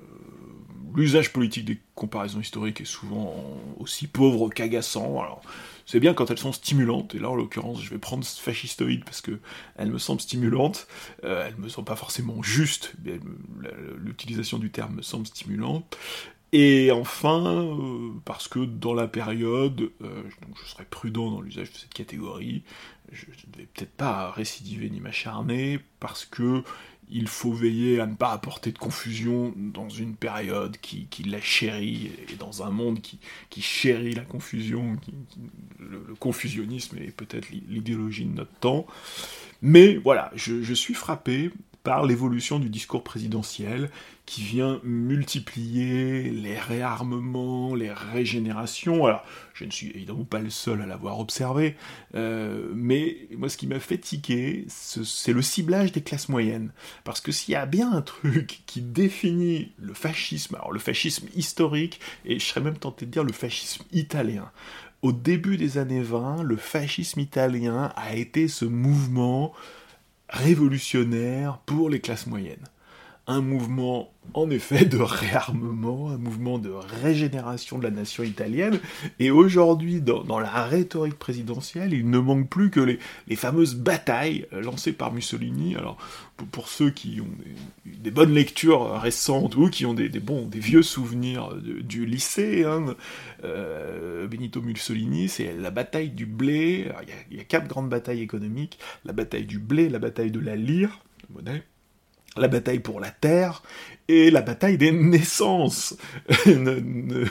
l'usage politique des comparaisons historiques est souvent aussi pauvre qu'agaçant. Alors, c'est bien quand elles sont stimulantes, et là en l'occurrence je vais prendre fascistoïde parce que elles me semblent stimulantes, euh, elles me semblent pas forcément justes, mais l'utilisation du terme me semble stimulante. Et enfin, euh, parce que dans la période, euh, donc je serais prudent dans l'usage de cette catégorie, je ne vais peut-être pas récidiver ni m'acharner, parce que il faut veiller à ne pas apporter de confusion dans une période qui, qui la chérit, et dans un monde qui, qui chérit la confusion, qui, qui, le, le confusionnisme est peut-être l'idéologie de notre temps. Mais voilà, je, je suis frappé par l'évolution du discours présidentiel, qui vient multiplier les réarmements, les régénérations. Alors, je ne suis évidemment pas le seul à l'avoir observé, euh, mais moi, ce qui m'a fait tiquer, c'est le ciblage des classes moyennes. Parce que s'il y a bien un truc qui définit le fascisme, alors le fascisme historique, et je serais même tenté de dire le fascisme italien, au début des années vingt, le fascisme italien a été ce mouvement révolutionnaire pour les classes moyennes. un mouvement, en effet, de réarmement, un mouvement de régénération de la nation italienne, et aujourd'hui, dans, dans la rhétorique présidentielle, il ne manque plus que les, les fameuses batailles lancées par Mussolini. Alors, pour, pour ceux qui ont des, des bonnes lectures récentes, ou qui ont des, des, bons, des vieux souvenirs de, du lycée, hein, euh, Benito Mussolini, c'est la bataille du blé. Alors, il, y a, il y a quatre grandes batailles économiques: la bataille du blé, la bataille de la lire, la monnaie, la bataille pour la terre, et la bataille des naissances. ne, ne,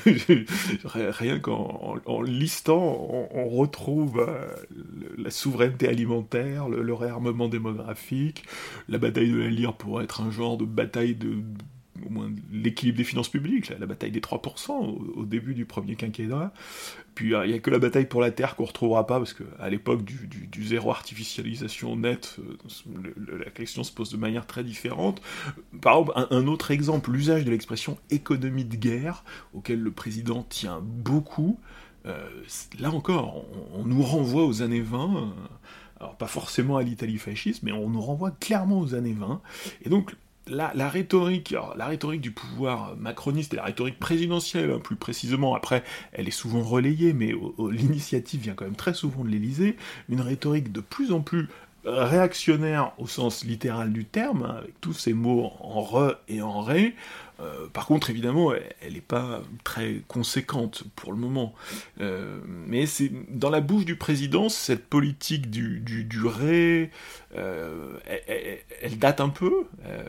rien qu'en en, en listant, on, on retrouve euh, le, la souveraineté alimentaire, le, le réarmement démographique. La bataille de la lire pourrait être un genre de bataille de... au moins l'équilibre des finances publiques, la, la bataille des trois pour cent au, au début du premier quinquennat. Puis il n'y a que la bataille pour la terre qu'on ne retrouvera pas, parce qu'à l'époque du, du, du zéro artificialisation net, le, le, la question se pose de manière très différente. Par exemple, un, un autre exemple, l'usage de l'expression économie de guerre, auquel le président tient beaucoup. Euh, là encore, on, on nous renvoie aux années vingt, euh, alors pas forcément à l'Italie fasciste, mais on nous renvoie clairement aux années vingt, et donc La, la rhétorique, alors, la rhétorique du pouvoir macroniste et la rhétorique présidentielle, hein, plus précisément, après, elle est souvent relayée, mais au, au, l'initiative vient quand même très souvent de l'Élysée, une rhétorique de plus en plus réactionnaire au sens littéral du terme, hein, avec tous ces mots en re et en ré. Euh, par contre, évidemment, elle n'est pas très conséquente pour le moment. Euh, mais c'est dans la bouche du président, cette politique du, du, du ré, euh, elle, elle, elle date un peu. Euh,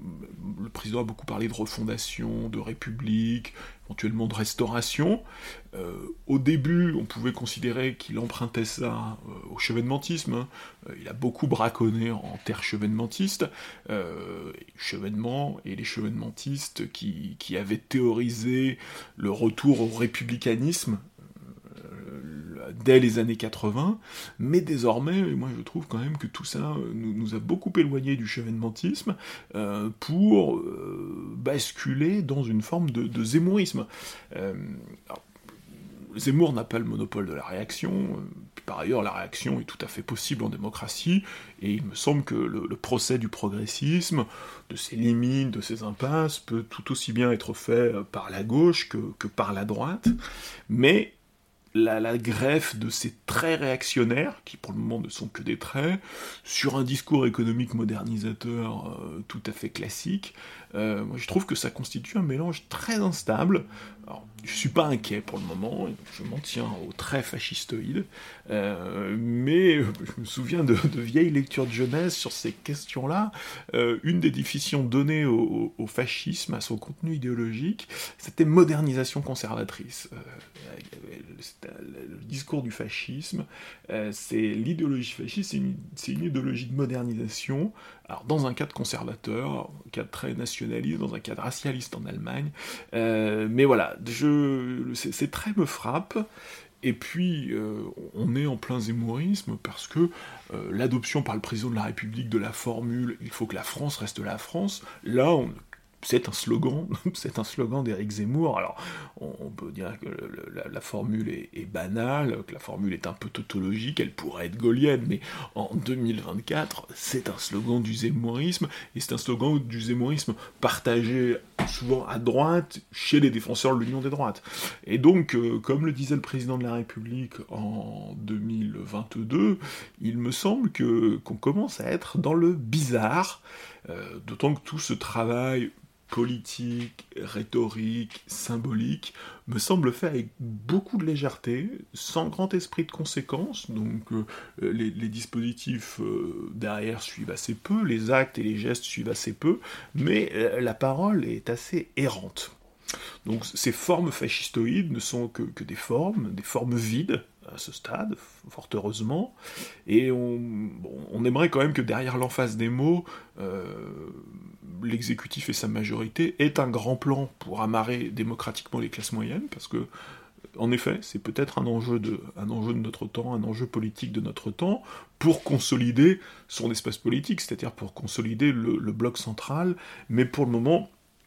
le président a beaucoup parlé de refondation, de république, éventuellement de restauration. Euh, au début, on pouvait considérer qu'il empruntait ça euh, au chevènementisme. Hein. Euh, il a beaucoup braconné en terre chevènementiste. Euh, chevènement et les chevènementistes qui, qui avaient théorisé le retour au républicanisme euh, dès les années quatre-vingts, mais désormais, moi je trouve quand même que tout ça nous, nous a beaucoup éloignés du chevènementisme euh, pour euh, basculer dans une forme de, de zémourisme. Euh, alors, Zemmour n'a pas le monopole de la réaction, par ailleurs la réaction est tout à fait possible en démocratie, et il me semble que le, le procès du progressisme, de ses limites, de ses impasses, peut tout aussi bien être fait par la gauche que, que par la droite, mais la, la greffe de ces traits réactionnaires, qui pour le moment ne sont que des traits, sur un discours économique modernisateur euh, tout à fait classique, euh, moi je trouve que ça constitue un mélange très instable. Alors, je suis pas inquiet pour le moment, je m'en tiens au trait fascistoïde, euh, mais je me souviens de, de vieilles lectures de jeunesse sur ces questions-là. Euh, une des définitions données au, au fascisme, à son contenu idéologique, c'était modernisation conservatrice. Euh, le discours du fascisme, euh, c'est l'idéologie fasciste, c'est une, c'est une idéologie de modernisation, alors dans un cadre conservateur, un cadre très nationaliste, dans un cadre racialiste en Allemagne, euh, mais voilà, je, ces, ces traits me frappent. Et puis, euh, on est en plein zémourisme parce que euh, l'adoption par le président de la République de la formule « il faut que la France reste la France », là, on c'est un slogan, c'est un slogan d'Éric Zemmour. Alors, on, on peut dire que le, le, la, la formule est, est banale, que la formule est un peu tautologique, elle pourrait être gaulienne, mais en deux mille vingt-quatre, c'est un slogan du zémourisme, et c'est un slogan du zémourisme partagé souvent à droite, chez les défenseurs de l'Union des droites. Et donc, euh, comme le disait le président de la République en deux mille vingt-deux, il me semble que, qu'on commence à être dans le bizarre, euh, d'autant que tout ce travail politique, rhétorique, symbolique, me semble fait avec beaucoup de légèreté, sans grand esprit de conséquence, donc euh, les, les dispositifs euh, derrière suivent assez peu, les actes et les gestes suivent assez peu, mais euh, la parole est assez errante. Donc ces formes fascistoïdes ne sont que, que des formes, des formes vides, à ce stade, fort heureusement, et on, bon, on aimerait quand même que derrière l'emphase des mots, euh, l'exécutif et sa majorité aient un grand plan pour amarrer démocratiquement les classes moyennes, parce que, en effet, c'est peut-être un enjeu de, un enjeu de notre temps, un enjeu politique de notre temps, pour consolider son espace politique, c'est-à-dire pour consolider le, le bloc central, mais pour le moment,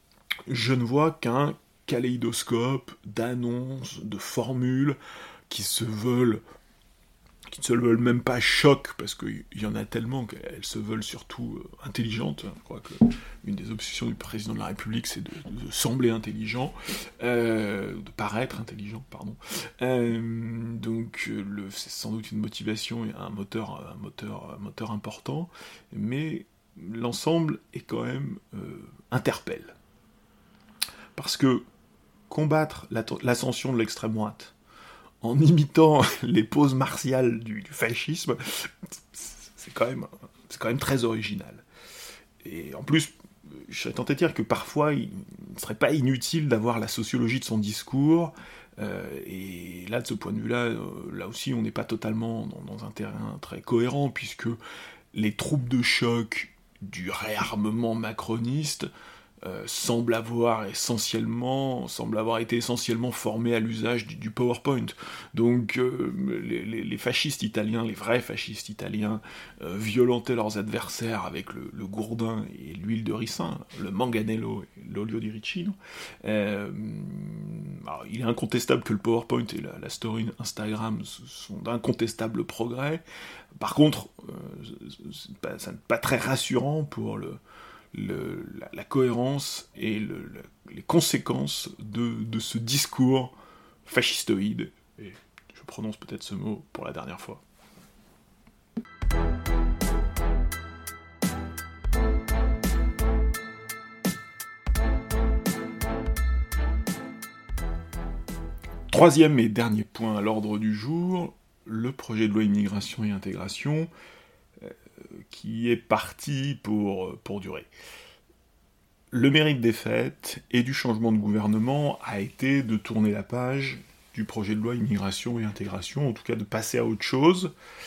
je ne vois qu'un kaléidoscope d'annonces, de formules, qui se veulent qui ne se veulent même pas choc, parce qu'il y en a tellement qu'elles se veulent surtout euh, intelligentes. Je crois que une des obsessions du président de la République, c'est de, de sembler intelligent, euh, de paraître intelligent, pardon. Euh, donc le, c'est sans doute une motivation et un moteur, un moteur, un moteur important, mais l'ensemble est quand même euh, interpelle. Parce que combattre l'ascension de l'extrême droite en imitant les poses martiales du, du fascisme, c'est quand même, c'est quand même très original. Et en plus, je serais tenté de dire que parfois, il ne serait pas inutile d'avoir la sociologie de son discours, euh, et là, de ce point de vue-là, euh, là aussi, on n'est pas totalement dans, dans un terrain très cohérent, puisque les troupes de choc du réarmement macroniste Euh, semble avoir essentiellement, semble avoir été essentiellement formé à l'usage du, du PowerPoint. Donc euh, les, les, les fascistes italiens, les vrais fascistes italiens, euh, violentaient leurs adversaires avec le, le gourdin et l'huile de ricin, le manganello et l'olio di ricino. Euh, alors, il est incontestable que le PowerPoint et la, la story Instagram sont d'incontestables progrès. Par contre, euh, c'est pas, c'est pas très rassurant pour le Le, la, la cohérence et le, le, les conséquences de, de ce discours fascistoïde. Et je prononce peut-être ce mot pour la dernière fois. Troisième et dernier point à l'ordre du jour, le projet de loi immigration et intégration, qui est parti pour, pour durer. Le mérite des fêtes et du changement de gouvernement a été de tourner la page du projet de loi immigration et intégration, en tout cas de passer à autre chose,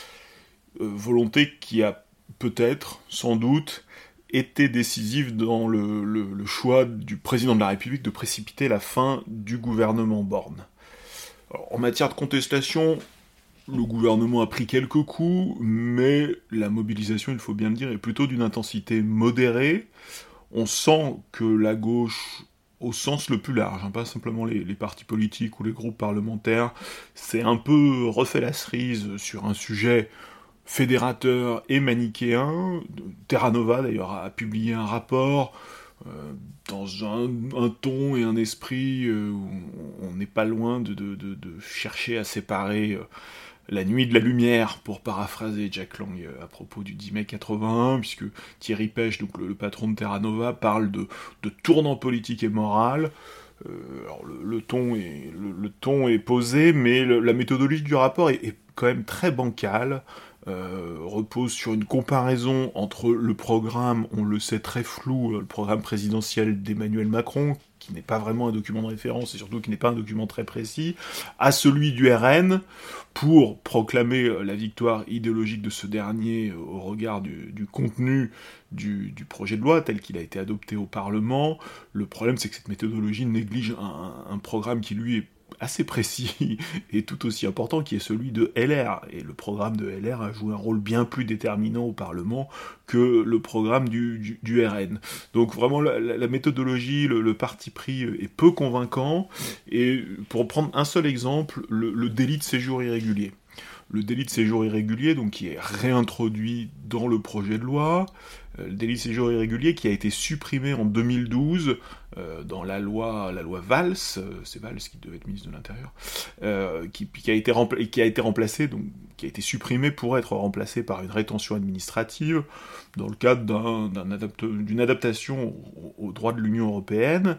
euh, volonté qui a peut-être, sans doute, été décisive dans le, le, le choix du président de la République de précipiter la fin du gouvernement Borne. Alors, en matière de contestation, le gouvernement a pris quelques coups, mais la mobilisation, il faut bien le dire, est plutôt d'une intensité modérée. On sent que la gauche, au sens le plus large, hein, pas simplement les, les partis politiques ou les groupes parlementaires, s'est un peu refait la cerise sur un sujet fédérateur et manichéen. Terra Nova, d'ailleurs, a publié un rapport euh, dans un, un ton et un esprit euh, où on n'est pas loin de, de, de, de chercher à séparer euh, la nuit de la lumière, pour paraphraser Jack Lang euh, à propos du dix mai quatre-vingt-un, puisque Thierry Pêche, donc le, le patron de Terra Nova, parle de, de tournant politique et moral. Euh, alors le, le, ton est, le, le ton est posé, mais le, la méthodologie du rapport est, est quand même très bancale. Euh, repose sur une comparaison entre le programme, on le sait très flou, le programme présidentiel d'Emmanuel Macron, qui n'est pas vraiment un document de référence et surtout qui n'est pas un document très précis, à celui du R N, pour proclamer la victoire idéologique de ce dernier au regard du, du contenu du, du projet de loi tel qu'il a été adopté au Parlement. Le problème, c'est que cette méthodologie néglige un, un programme qui, lui, est assez précis et tout aussi important, qui est celui de L R. Et le programme de L R a joué un rôle bien plus déterminant au Parlement que le programme du, du, du R N. Donc vraiment, la, la méthodologie, le, le parti pris est peu convaincant. Et pour prendre un seul exemple, le, le délit de séjour irrégulier. Le délit de séjour irrégulier, donc, qui est réintroduit dans le projet de loi, euh, le délit de séjour irrégulier qui a été supprimé en deux mille douze euh, dans la loi, la loi Valls, euh, c'est Valls qui devait être ministre de l'Intérieur, euh, qui, qui, a été rempla- qui a été remplacé, donc qui a été supprimé pour être remplacé par une rétention administrative dans le cadre d'un, d'un adapt- d'une adaptation aux, aux droits de l'Union européenne.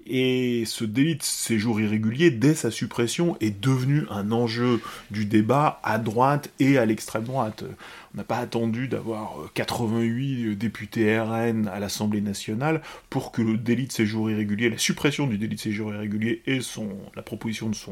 Et ce délit de séjour irrégulier, dès sa suppression, est devenu un enjeu du débat à droite et à l'extrême droite. On n'a pas attendu d'avoir quatre-vingt-huit députés R N à l'Assemblée nationale pour que le délit de séjour irrégulier, la suppression du délit de séjour irrégulier et son, la proposition de son,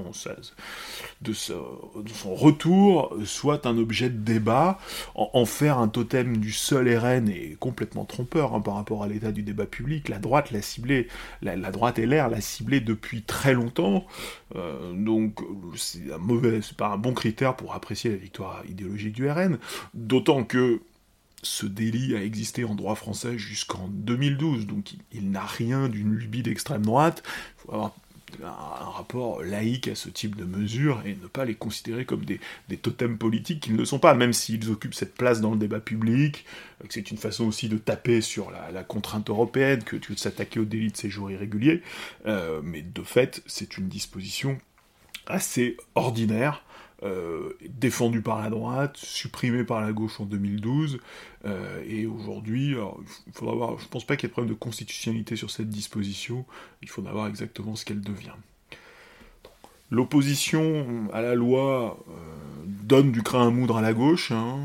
de, ce, de son retour soit un objet de débat. En, en faire un totem du seul R N est complètement trompeur hein, par rapport à l'état du débat public. La droite l'a ciblé, la, la droite L R l'a ciblé depuis très longtemps, euh, donc c'est un mauvais, c'est pas un bon critère pour apprécier la victoire idéologique du R N. D'autant que ce délit a existé en droit français jusqu'en deux mille douze, donc il, il n'a rien d'une lubie d'extrême droite. Il faut avoir un, un rapport laïque à ce type de mesures et ne pas les considérer comme des, des totems politiques qu'ils ne sont pas, même s'ils occupent cette place dans le débat public, que c'est une façon aussi de taper sur la, la contrainte européenne, que, que de s'attaquer au délit de séjour irrégulier, euh, mais de fait, c'est une disposition assez ordinaire, Euh, défendu par la droite, supprimé par la gauche en deux mille douze, euh, et aujourd'hui, alors, il faudra voir, je pense pas qu'il y ait de problème de constitutionnalité sur cette disposition, il faudra voir exactement ce qu'elle devient. L'opposition à la loi euh, donne du crin à moudre à la gauche, hein,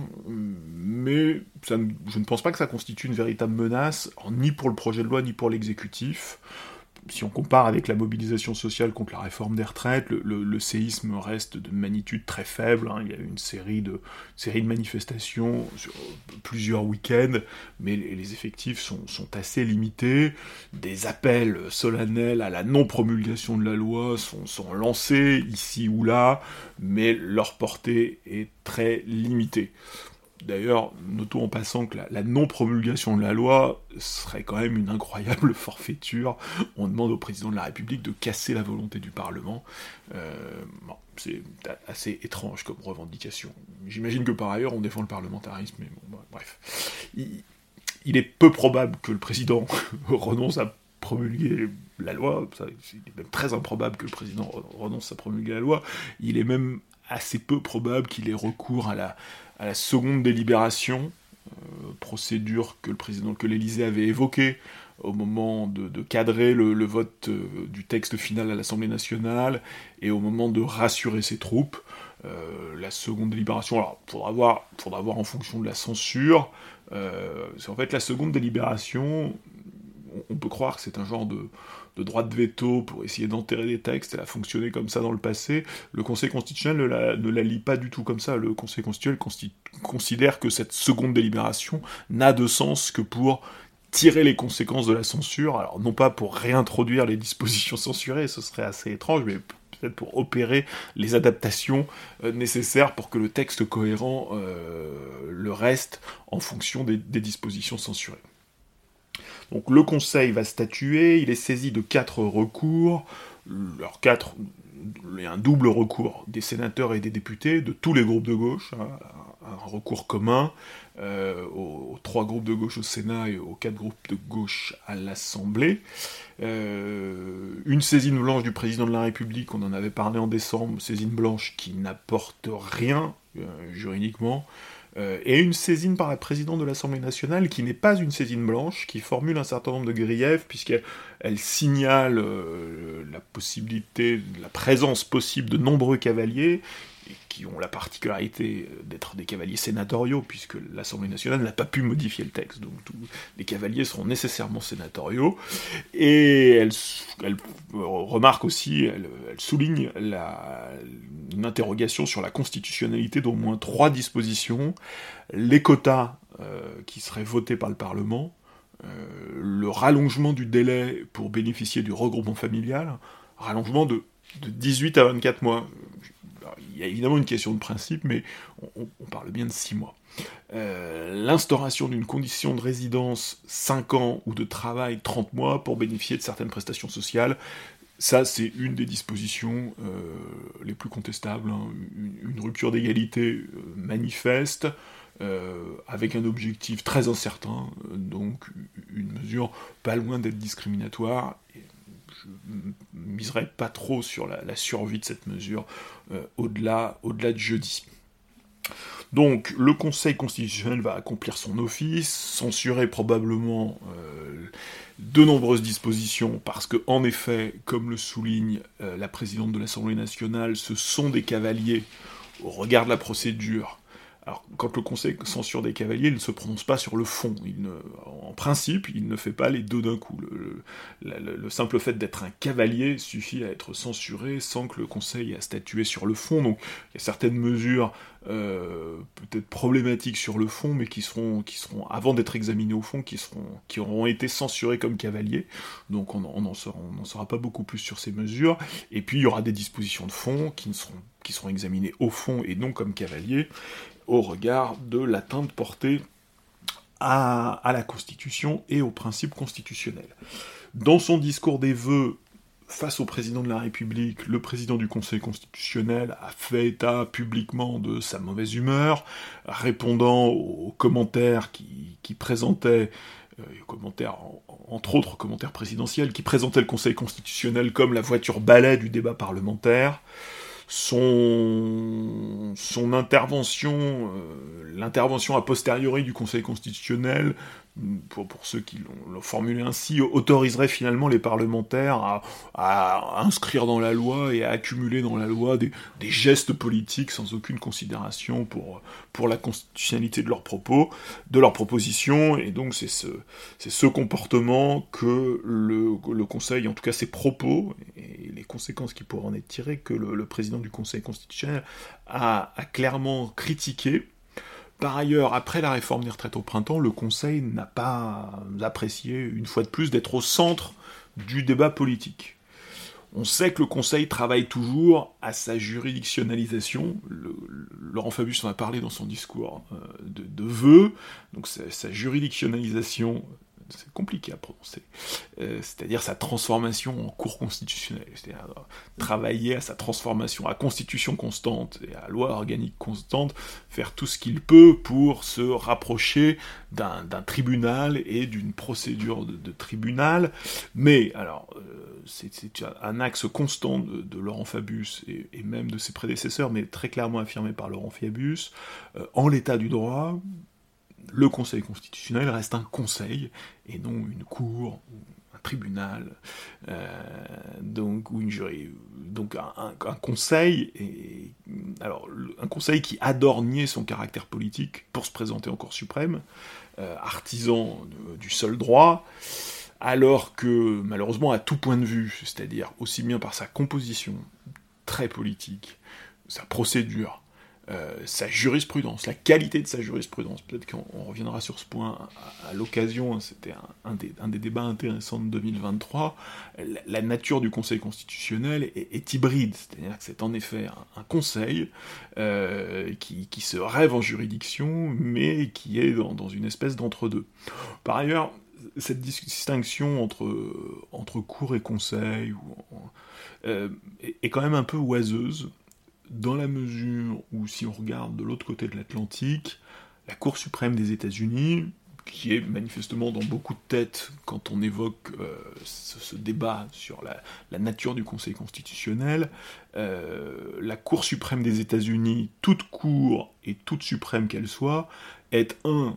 mais ça ne, je ne pense pas que ça constitue une véritable menace, alors, ni pour le projet de loi, ni pour l'exécutif. Si on compare avec la mobilisation sociale contre la réforme des retraites, le, le, le séisme reste de magnitude très faible, hein. Il y a eu une série de, série de manifestations sur plusieurs week-ends, mais les, les effectifs sont, sont assez limités. Des appels solennels à la non-promulgation de la loi sont, sont lancés ici ou là, mais leur portée est très limitée. D'ailleurs, notons en passant que la, la non-promulgation de la loi serait quand même une incroyable forfaiture. On demande au président de la République de casser la volonté du Parlement. Euh, bon, c'est assez étrange comme revendication. J'imagine que par ailleurs on défend le parlementarisme, mais bon, bref. Il, il est peu probable que le président renonce à promulguer la loi. Ça, c'est même très improbable que le président renonce à promulguer la loi. Il est même assez peu probable qu'il ait recours à la à la seconde délibération, euh, procédure que le président, que l'Élysée avait évoquée au moment de, de cadrer le, le vote euh, du texte final à l'Assemblée nationale, et au moment de rassurer ses troupes. Euh, la seconde délibération, alors, faudra voir, faudra voir en fonction de la censure. Euh, c'est en fait la seconde délibération, on, on peut croire que c'est un genre de... de droit de veto pour essayer d'enterrer des textes, elle a fonctionné comme ça dans le passé. Le Conseil constitutionnel ne la, ne la lit pas du tout comme ça. Le Conseil constitutionnel consti- considère que cette seconde délibération n'a de sens que pour tirer les conséquences de la censure, alors non pas pour réintroduire les dispositions censurées, ce serait assez étrange, mais peut-être pour opérer les adaptations euh, nécessaires pour que le texte cohérent euh, le reste en fonction des, des dispositions censurées. Donc le Conseil va statuer, il est saisi de quatre recours, alors quatre, il y a un double recours des sénateurs et des députés, de tous les groupes de gauche, hein, un recours commun euh, aux, aux trois groupes de gauche au Sénat et aux quatre groupes de gauche à l'Assemblée. Euh, une saisine blanche du président de la République, on en avait parlé en décembre, saisine blanche qui n'apporte rien euh, juridiquement, Euh, et une saisine par la présidente de l'Assemblée nationale qui n'est pas une saisine blanche, qui formule un certain nombre de griefs, puisqu'elle elle signale euh, la possibilité, la présence possible de nombreux cavaliers, qui ont la particularité d'être des cavaliers sénatoriaux, puisque l'Assemblée nationale n'a pas pu modifier le texte, donc tous les cavaliers seront nécessairement sénatoriaux, et elle, elle remarque aussi, elle, elle souligne la, une interrogation sur la constitutionnalité d'au moins trois dispositions, les quotas euh, qui seraient votés par le Parlement, euh, le rallongement du délai pour bénéficier du regroupement familial, rallongement de, de dix-huit à vingt-quatre mois. Alors, il y a évidemment une question de principe, mais on, on parle bien de six mois. Euh, l'instauration d'une condition de résidence cinq ans ou de travail trente mois pour bénéficier de certaines prestations sociales, ça c'est une des dispositions euh, les plus contestables, hein, une, une rupture d'égalité euh, manifeste, euh, avec un objectif très incertain, euh, donc une mesure pas loin d'être discriminatoire. Et je miserai pas trop sur la, la survie de cette mesure euh, au-delà, au-delà de jeudi. Donc, le Conseil constitutionnel va accomplir son office, censurer probablement euh, de nombreuses dispositions, parce que, en effet, comme le souligne euh, la présidente de l'Assemblée nationale, ce sont des cavaliers, au regard de la procédure. Alors, quand le Conseil censure des cavaliers, il ne se prononce pas sur le fond. Il ne, en principe, il ne fait pas les deux d'un coup. Le, le, le simple fait d'être un cavalier suffit à être censuré sans que le Conseil ait à statuer sur le fond. Donc, il y a certaines mesures euh, peut-être problématiques sur le fond, mais qui seront, qui seront avant d'être examinées au fond, qui, seront, qui auront été censurées comme cavaliers. Donc, on n'en saura, saura pas beaucoup plus sur ces mesures. Et puis, il y aura des dispositions de fond qui, ne seront, qui seront examinées au fond et non comme cavaliers, au regard de l'atteinte portée à, à la Constitution et aux principes constitutionnels. Dans son discours des vœux, face au président de la République, le président du Conseil constitutionnel a fait état publiquement de sa mauvaise humeur, répondant aux commentaires qui, qui présentaient, euh, commentaires, entre autres commentaires présidentiels, qui présentaient le Conseil constitutionnel comme la voiture balai du débat parlementaire. Son, son intervention, euh, l'intervention a posteriori du Conseil constitutionnel, pour, pour ceux qui l'ont, l'ont formulé ainsi, autoriserait finalement les parlementaires à, à inscrire dans la loi et à accumuler dans la loi des, des gestes politiques sans aucune considération pour, pour la constitutionnalité de leurs propos, de leurs propositions, et donc c'est ce, c'est ce comportement que le, le Conseil, en tout cas ses propos, et les conséquences qui pourraient en être tirées, que le, le président du Conseil constitutionnel a, a clairement critiqué. Par ailleurs, après la réforme des retraites au printemps, le Conseil n'a pas apprécié, une fois de plus, d'être au centre du débat politique. On sait que le Conseil travaille toujours à sa juridictionnalisation. Le, Laurent Fabius en a parlé dans son discours euh, de, de vœux. Donc sa, sa juridictionnalisation, c'est compliqué à prononcer, euh, c'est-à-dire sa transformation en cour constitutionnelle, c'est-à-dire euh, travailler à sa transformation à constitution constante et à loi organique constante, faire tout ce qu'il peut pour se rapprocher d'un, d'un tribunal et d'une procédure de, de tribunal, mais alors euh, c'est, c'est un axe constant de, de Laurent Fabius et, et même de ses prédécesseurs, mais très clairement affirmé par Laurent Fabius, euh, en l'état du droit, le Conseil constitutionnel reste un conseil, et non une cour, ou un tribunal, euh, donc, ou une jury. Donc un, un, un conseil, et, alors, un conseil qui adore nier son caractère politique pour se présenter en Cour suprême, euh, artisan de, du seul droit, alors que, malheureusement, à tout point de vue, c'est-à-dire aussi bien par sa composition très politique, sa procédure, Euh, sa jurisprudence, la qualité de sa jurisprudence, peut-être qu'on on reviendra sur ce point à, à l'occasion, hein, c'était un, un, des, un des débats intéressants de deux mille vingt-trois, la, la nature du Conseil constitutionnel est, est hybride, c'est-à-dire que c'est en effet un, un conseil euh, qui, qui se rêve en juridiction, mais qui est dans, dans une espèce d'entre-deux. Par ailleurs, cette distinction entre, entre cour et conseil ou, euh, est, est quand même un peu oiseuse, dans la mesure où, si on regarde de l'autre côté de l'Atlantique, la Cour suprême des États-Unis, qui est manifestement dans beaucoup de têtes quand on évoque euh, ce, ce débat sur la, la nature du Conseil constitutionnel, euh, la Cour suprême des États-Unis, toute cour et toute suprême qu'elle soit, est un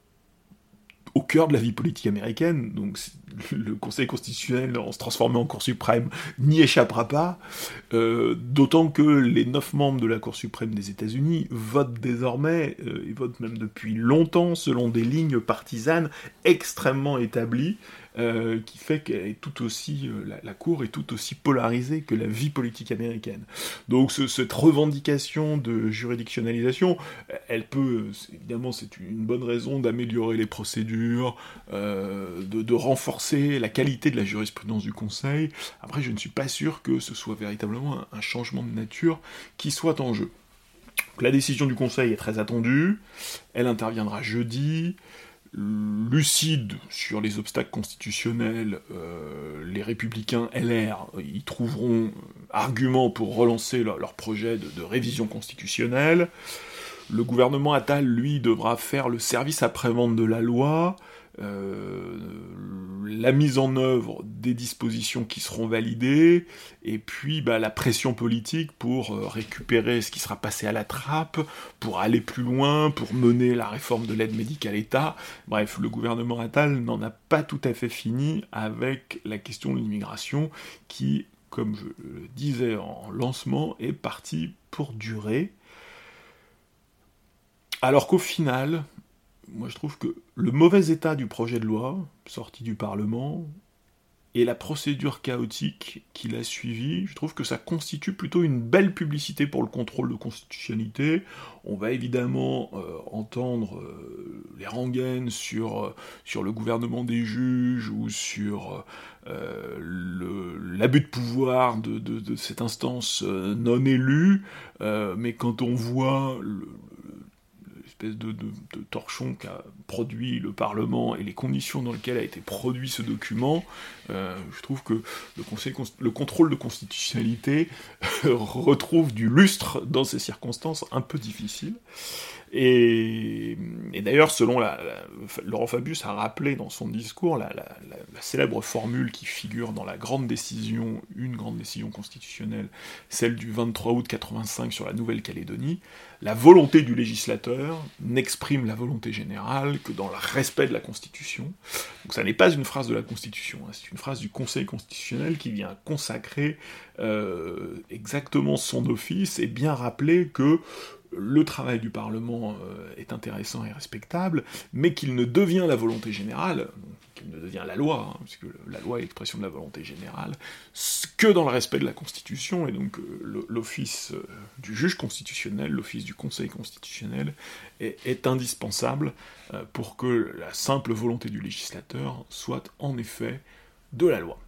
au cœur de la vie politique américaine, donc le Conseil constitutionnel, en se transformant en Cour suprême, n'y échappera pas, euh, d'autant que les neuf membres de la Cour suprême des États-Unis votent désormais, euh, et votent même depuis longtemps, selon des lignes partisanes extrêmement établies, euh, qui fait qu'elle est tout aussi, euh, la, la Cour est tout aussi polarisée que la vie politique américaine. Donc ce, cette revendication de juridictionnalisation, elle peut, évidemment c'est une bonne raison d'améliorer les procédures, euh, de, de renforcer la qualité de la jurisprudence du Conseil. Après, je ne suis pas sûr que ce soit véritablement un, un changement de nature qui soit en jeu. Donc, la décision du Conseil est très attendue, elle interviendra jeudi. Lucide sur les obstacles constitutionnels, euh, les Républicains L R y trouveront argument pour relancer leur, leur projet de, de révision constitutionnelle. Le gouvernement Attal, lui, devra faire le service après-vente de la loi, euh, la mise en œuvre des dispositions qui seront validées, et puis bah, la pression politique pour euh, récupérer ce qui sera passé à la trappe, pour aller plus loin, pour mener la réforme de l'aide médicale État. Bref, le gouvernement Attal n'en a pas tout à fait fini avec la question de l'immigration, qui, comme je le disais en lancement, est partie pour durer. Alors qu'au final, moi je trouve que le mauvais état du projet de loi, sorti du Parlement, et la procédure chaotique qui l'a suivi, je trouve que ça constitue plutôt une belle publicité pour le contrôle de constitutionnalité. On va évidemment euh, entendre euh, les rengaines sur, euh, sur le gouvernement des juges, ou sur euh, le, l'abus de pouvoir de, de, de cette instance euh, non élue, euh, mais quand on voit le, l'espèce de, de, de torchon qu'a produit le Parlement et les conditions dans lesquelles a été produit ce document, euh, je trouve que le, conseil, le contrôle de constitutionnalité retrouve du lustre dans ces circonstances un peu difficiles. Et, et d'ailleurs, selon la, la, Laurent Fabius a rappelé dans son discours la, la, la, la célèbre formule qui figure dans la grande décision, une grande décision constitutionnelle, celle du vingt-trois août quatre-vingt-cinq sur la Nouvelle-Calédonie, la volonté du législateur n'exprime la volonté générale que dans le respect de la Constitution. Donc ça n'est pas une phrase de la Constitution, hein, c'est une phrase du Conseil constitutionnel qui vient consacrer euh, exactement son office et bien rappeler que le travail du Parlement euh, est intéressant et respectable, mais qu'il ne devient la volonté générale, qu'il ne devient la loi, hein, puisque la loi est l'expression de la volonté générale, que dans le respect de la Constitution, et donc euh, l'office euh, du juge constitutionnel, l'office du Conseil constitutionnel, est, est indispensable euh, pour que la simple volonté du législateur soit en effet de la loi.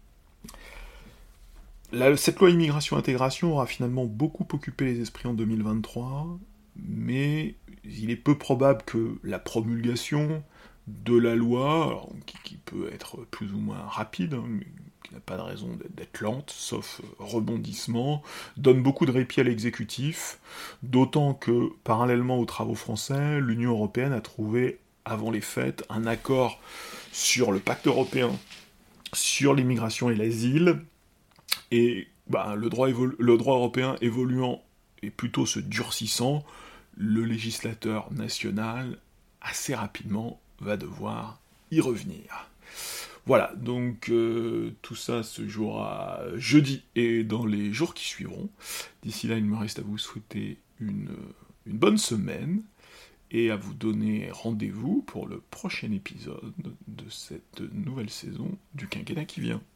La, cette loi immigration-intégration aura finalement beaucoup occupé les esprits en deux mille vingt-trois, mais il est peu probable que la promulgation de la loi, alors, qui, qui peut être plus ou moins rapide, hein, mais qui n'a pas de raison d'être lente, sauf rebondissement, donne beaucoup de répit à l'exécutif, d'autant que, parallèlement aux travaux français, l'Union européenne a trouvé, avant les fêtes, un accord sur le pacte européen sur l'immigration et l'asile, et bah, le, droit évolu- le droit européen évoluant et plutôt se durcissant, le législateur national, assez rapidement, va devoir y revenir. Voilà, donc euh, tout ça se jouera jeudi et dans les jours qui suivront. D'ici là, il me reste à vous souhaiter une, une bonne semaine et à vous donner rendez-vous pour le prochain épisode de cette nouvelle saison du quinquennat qui vient.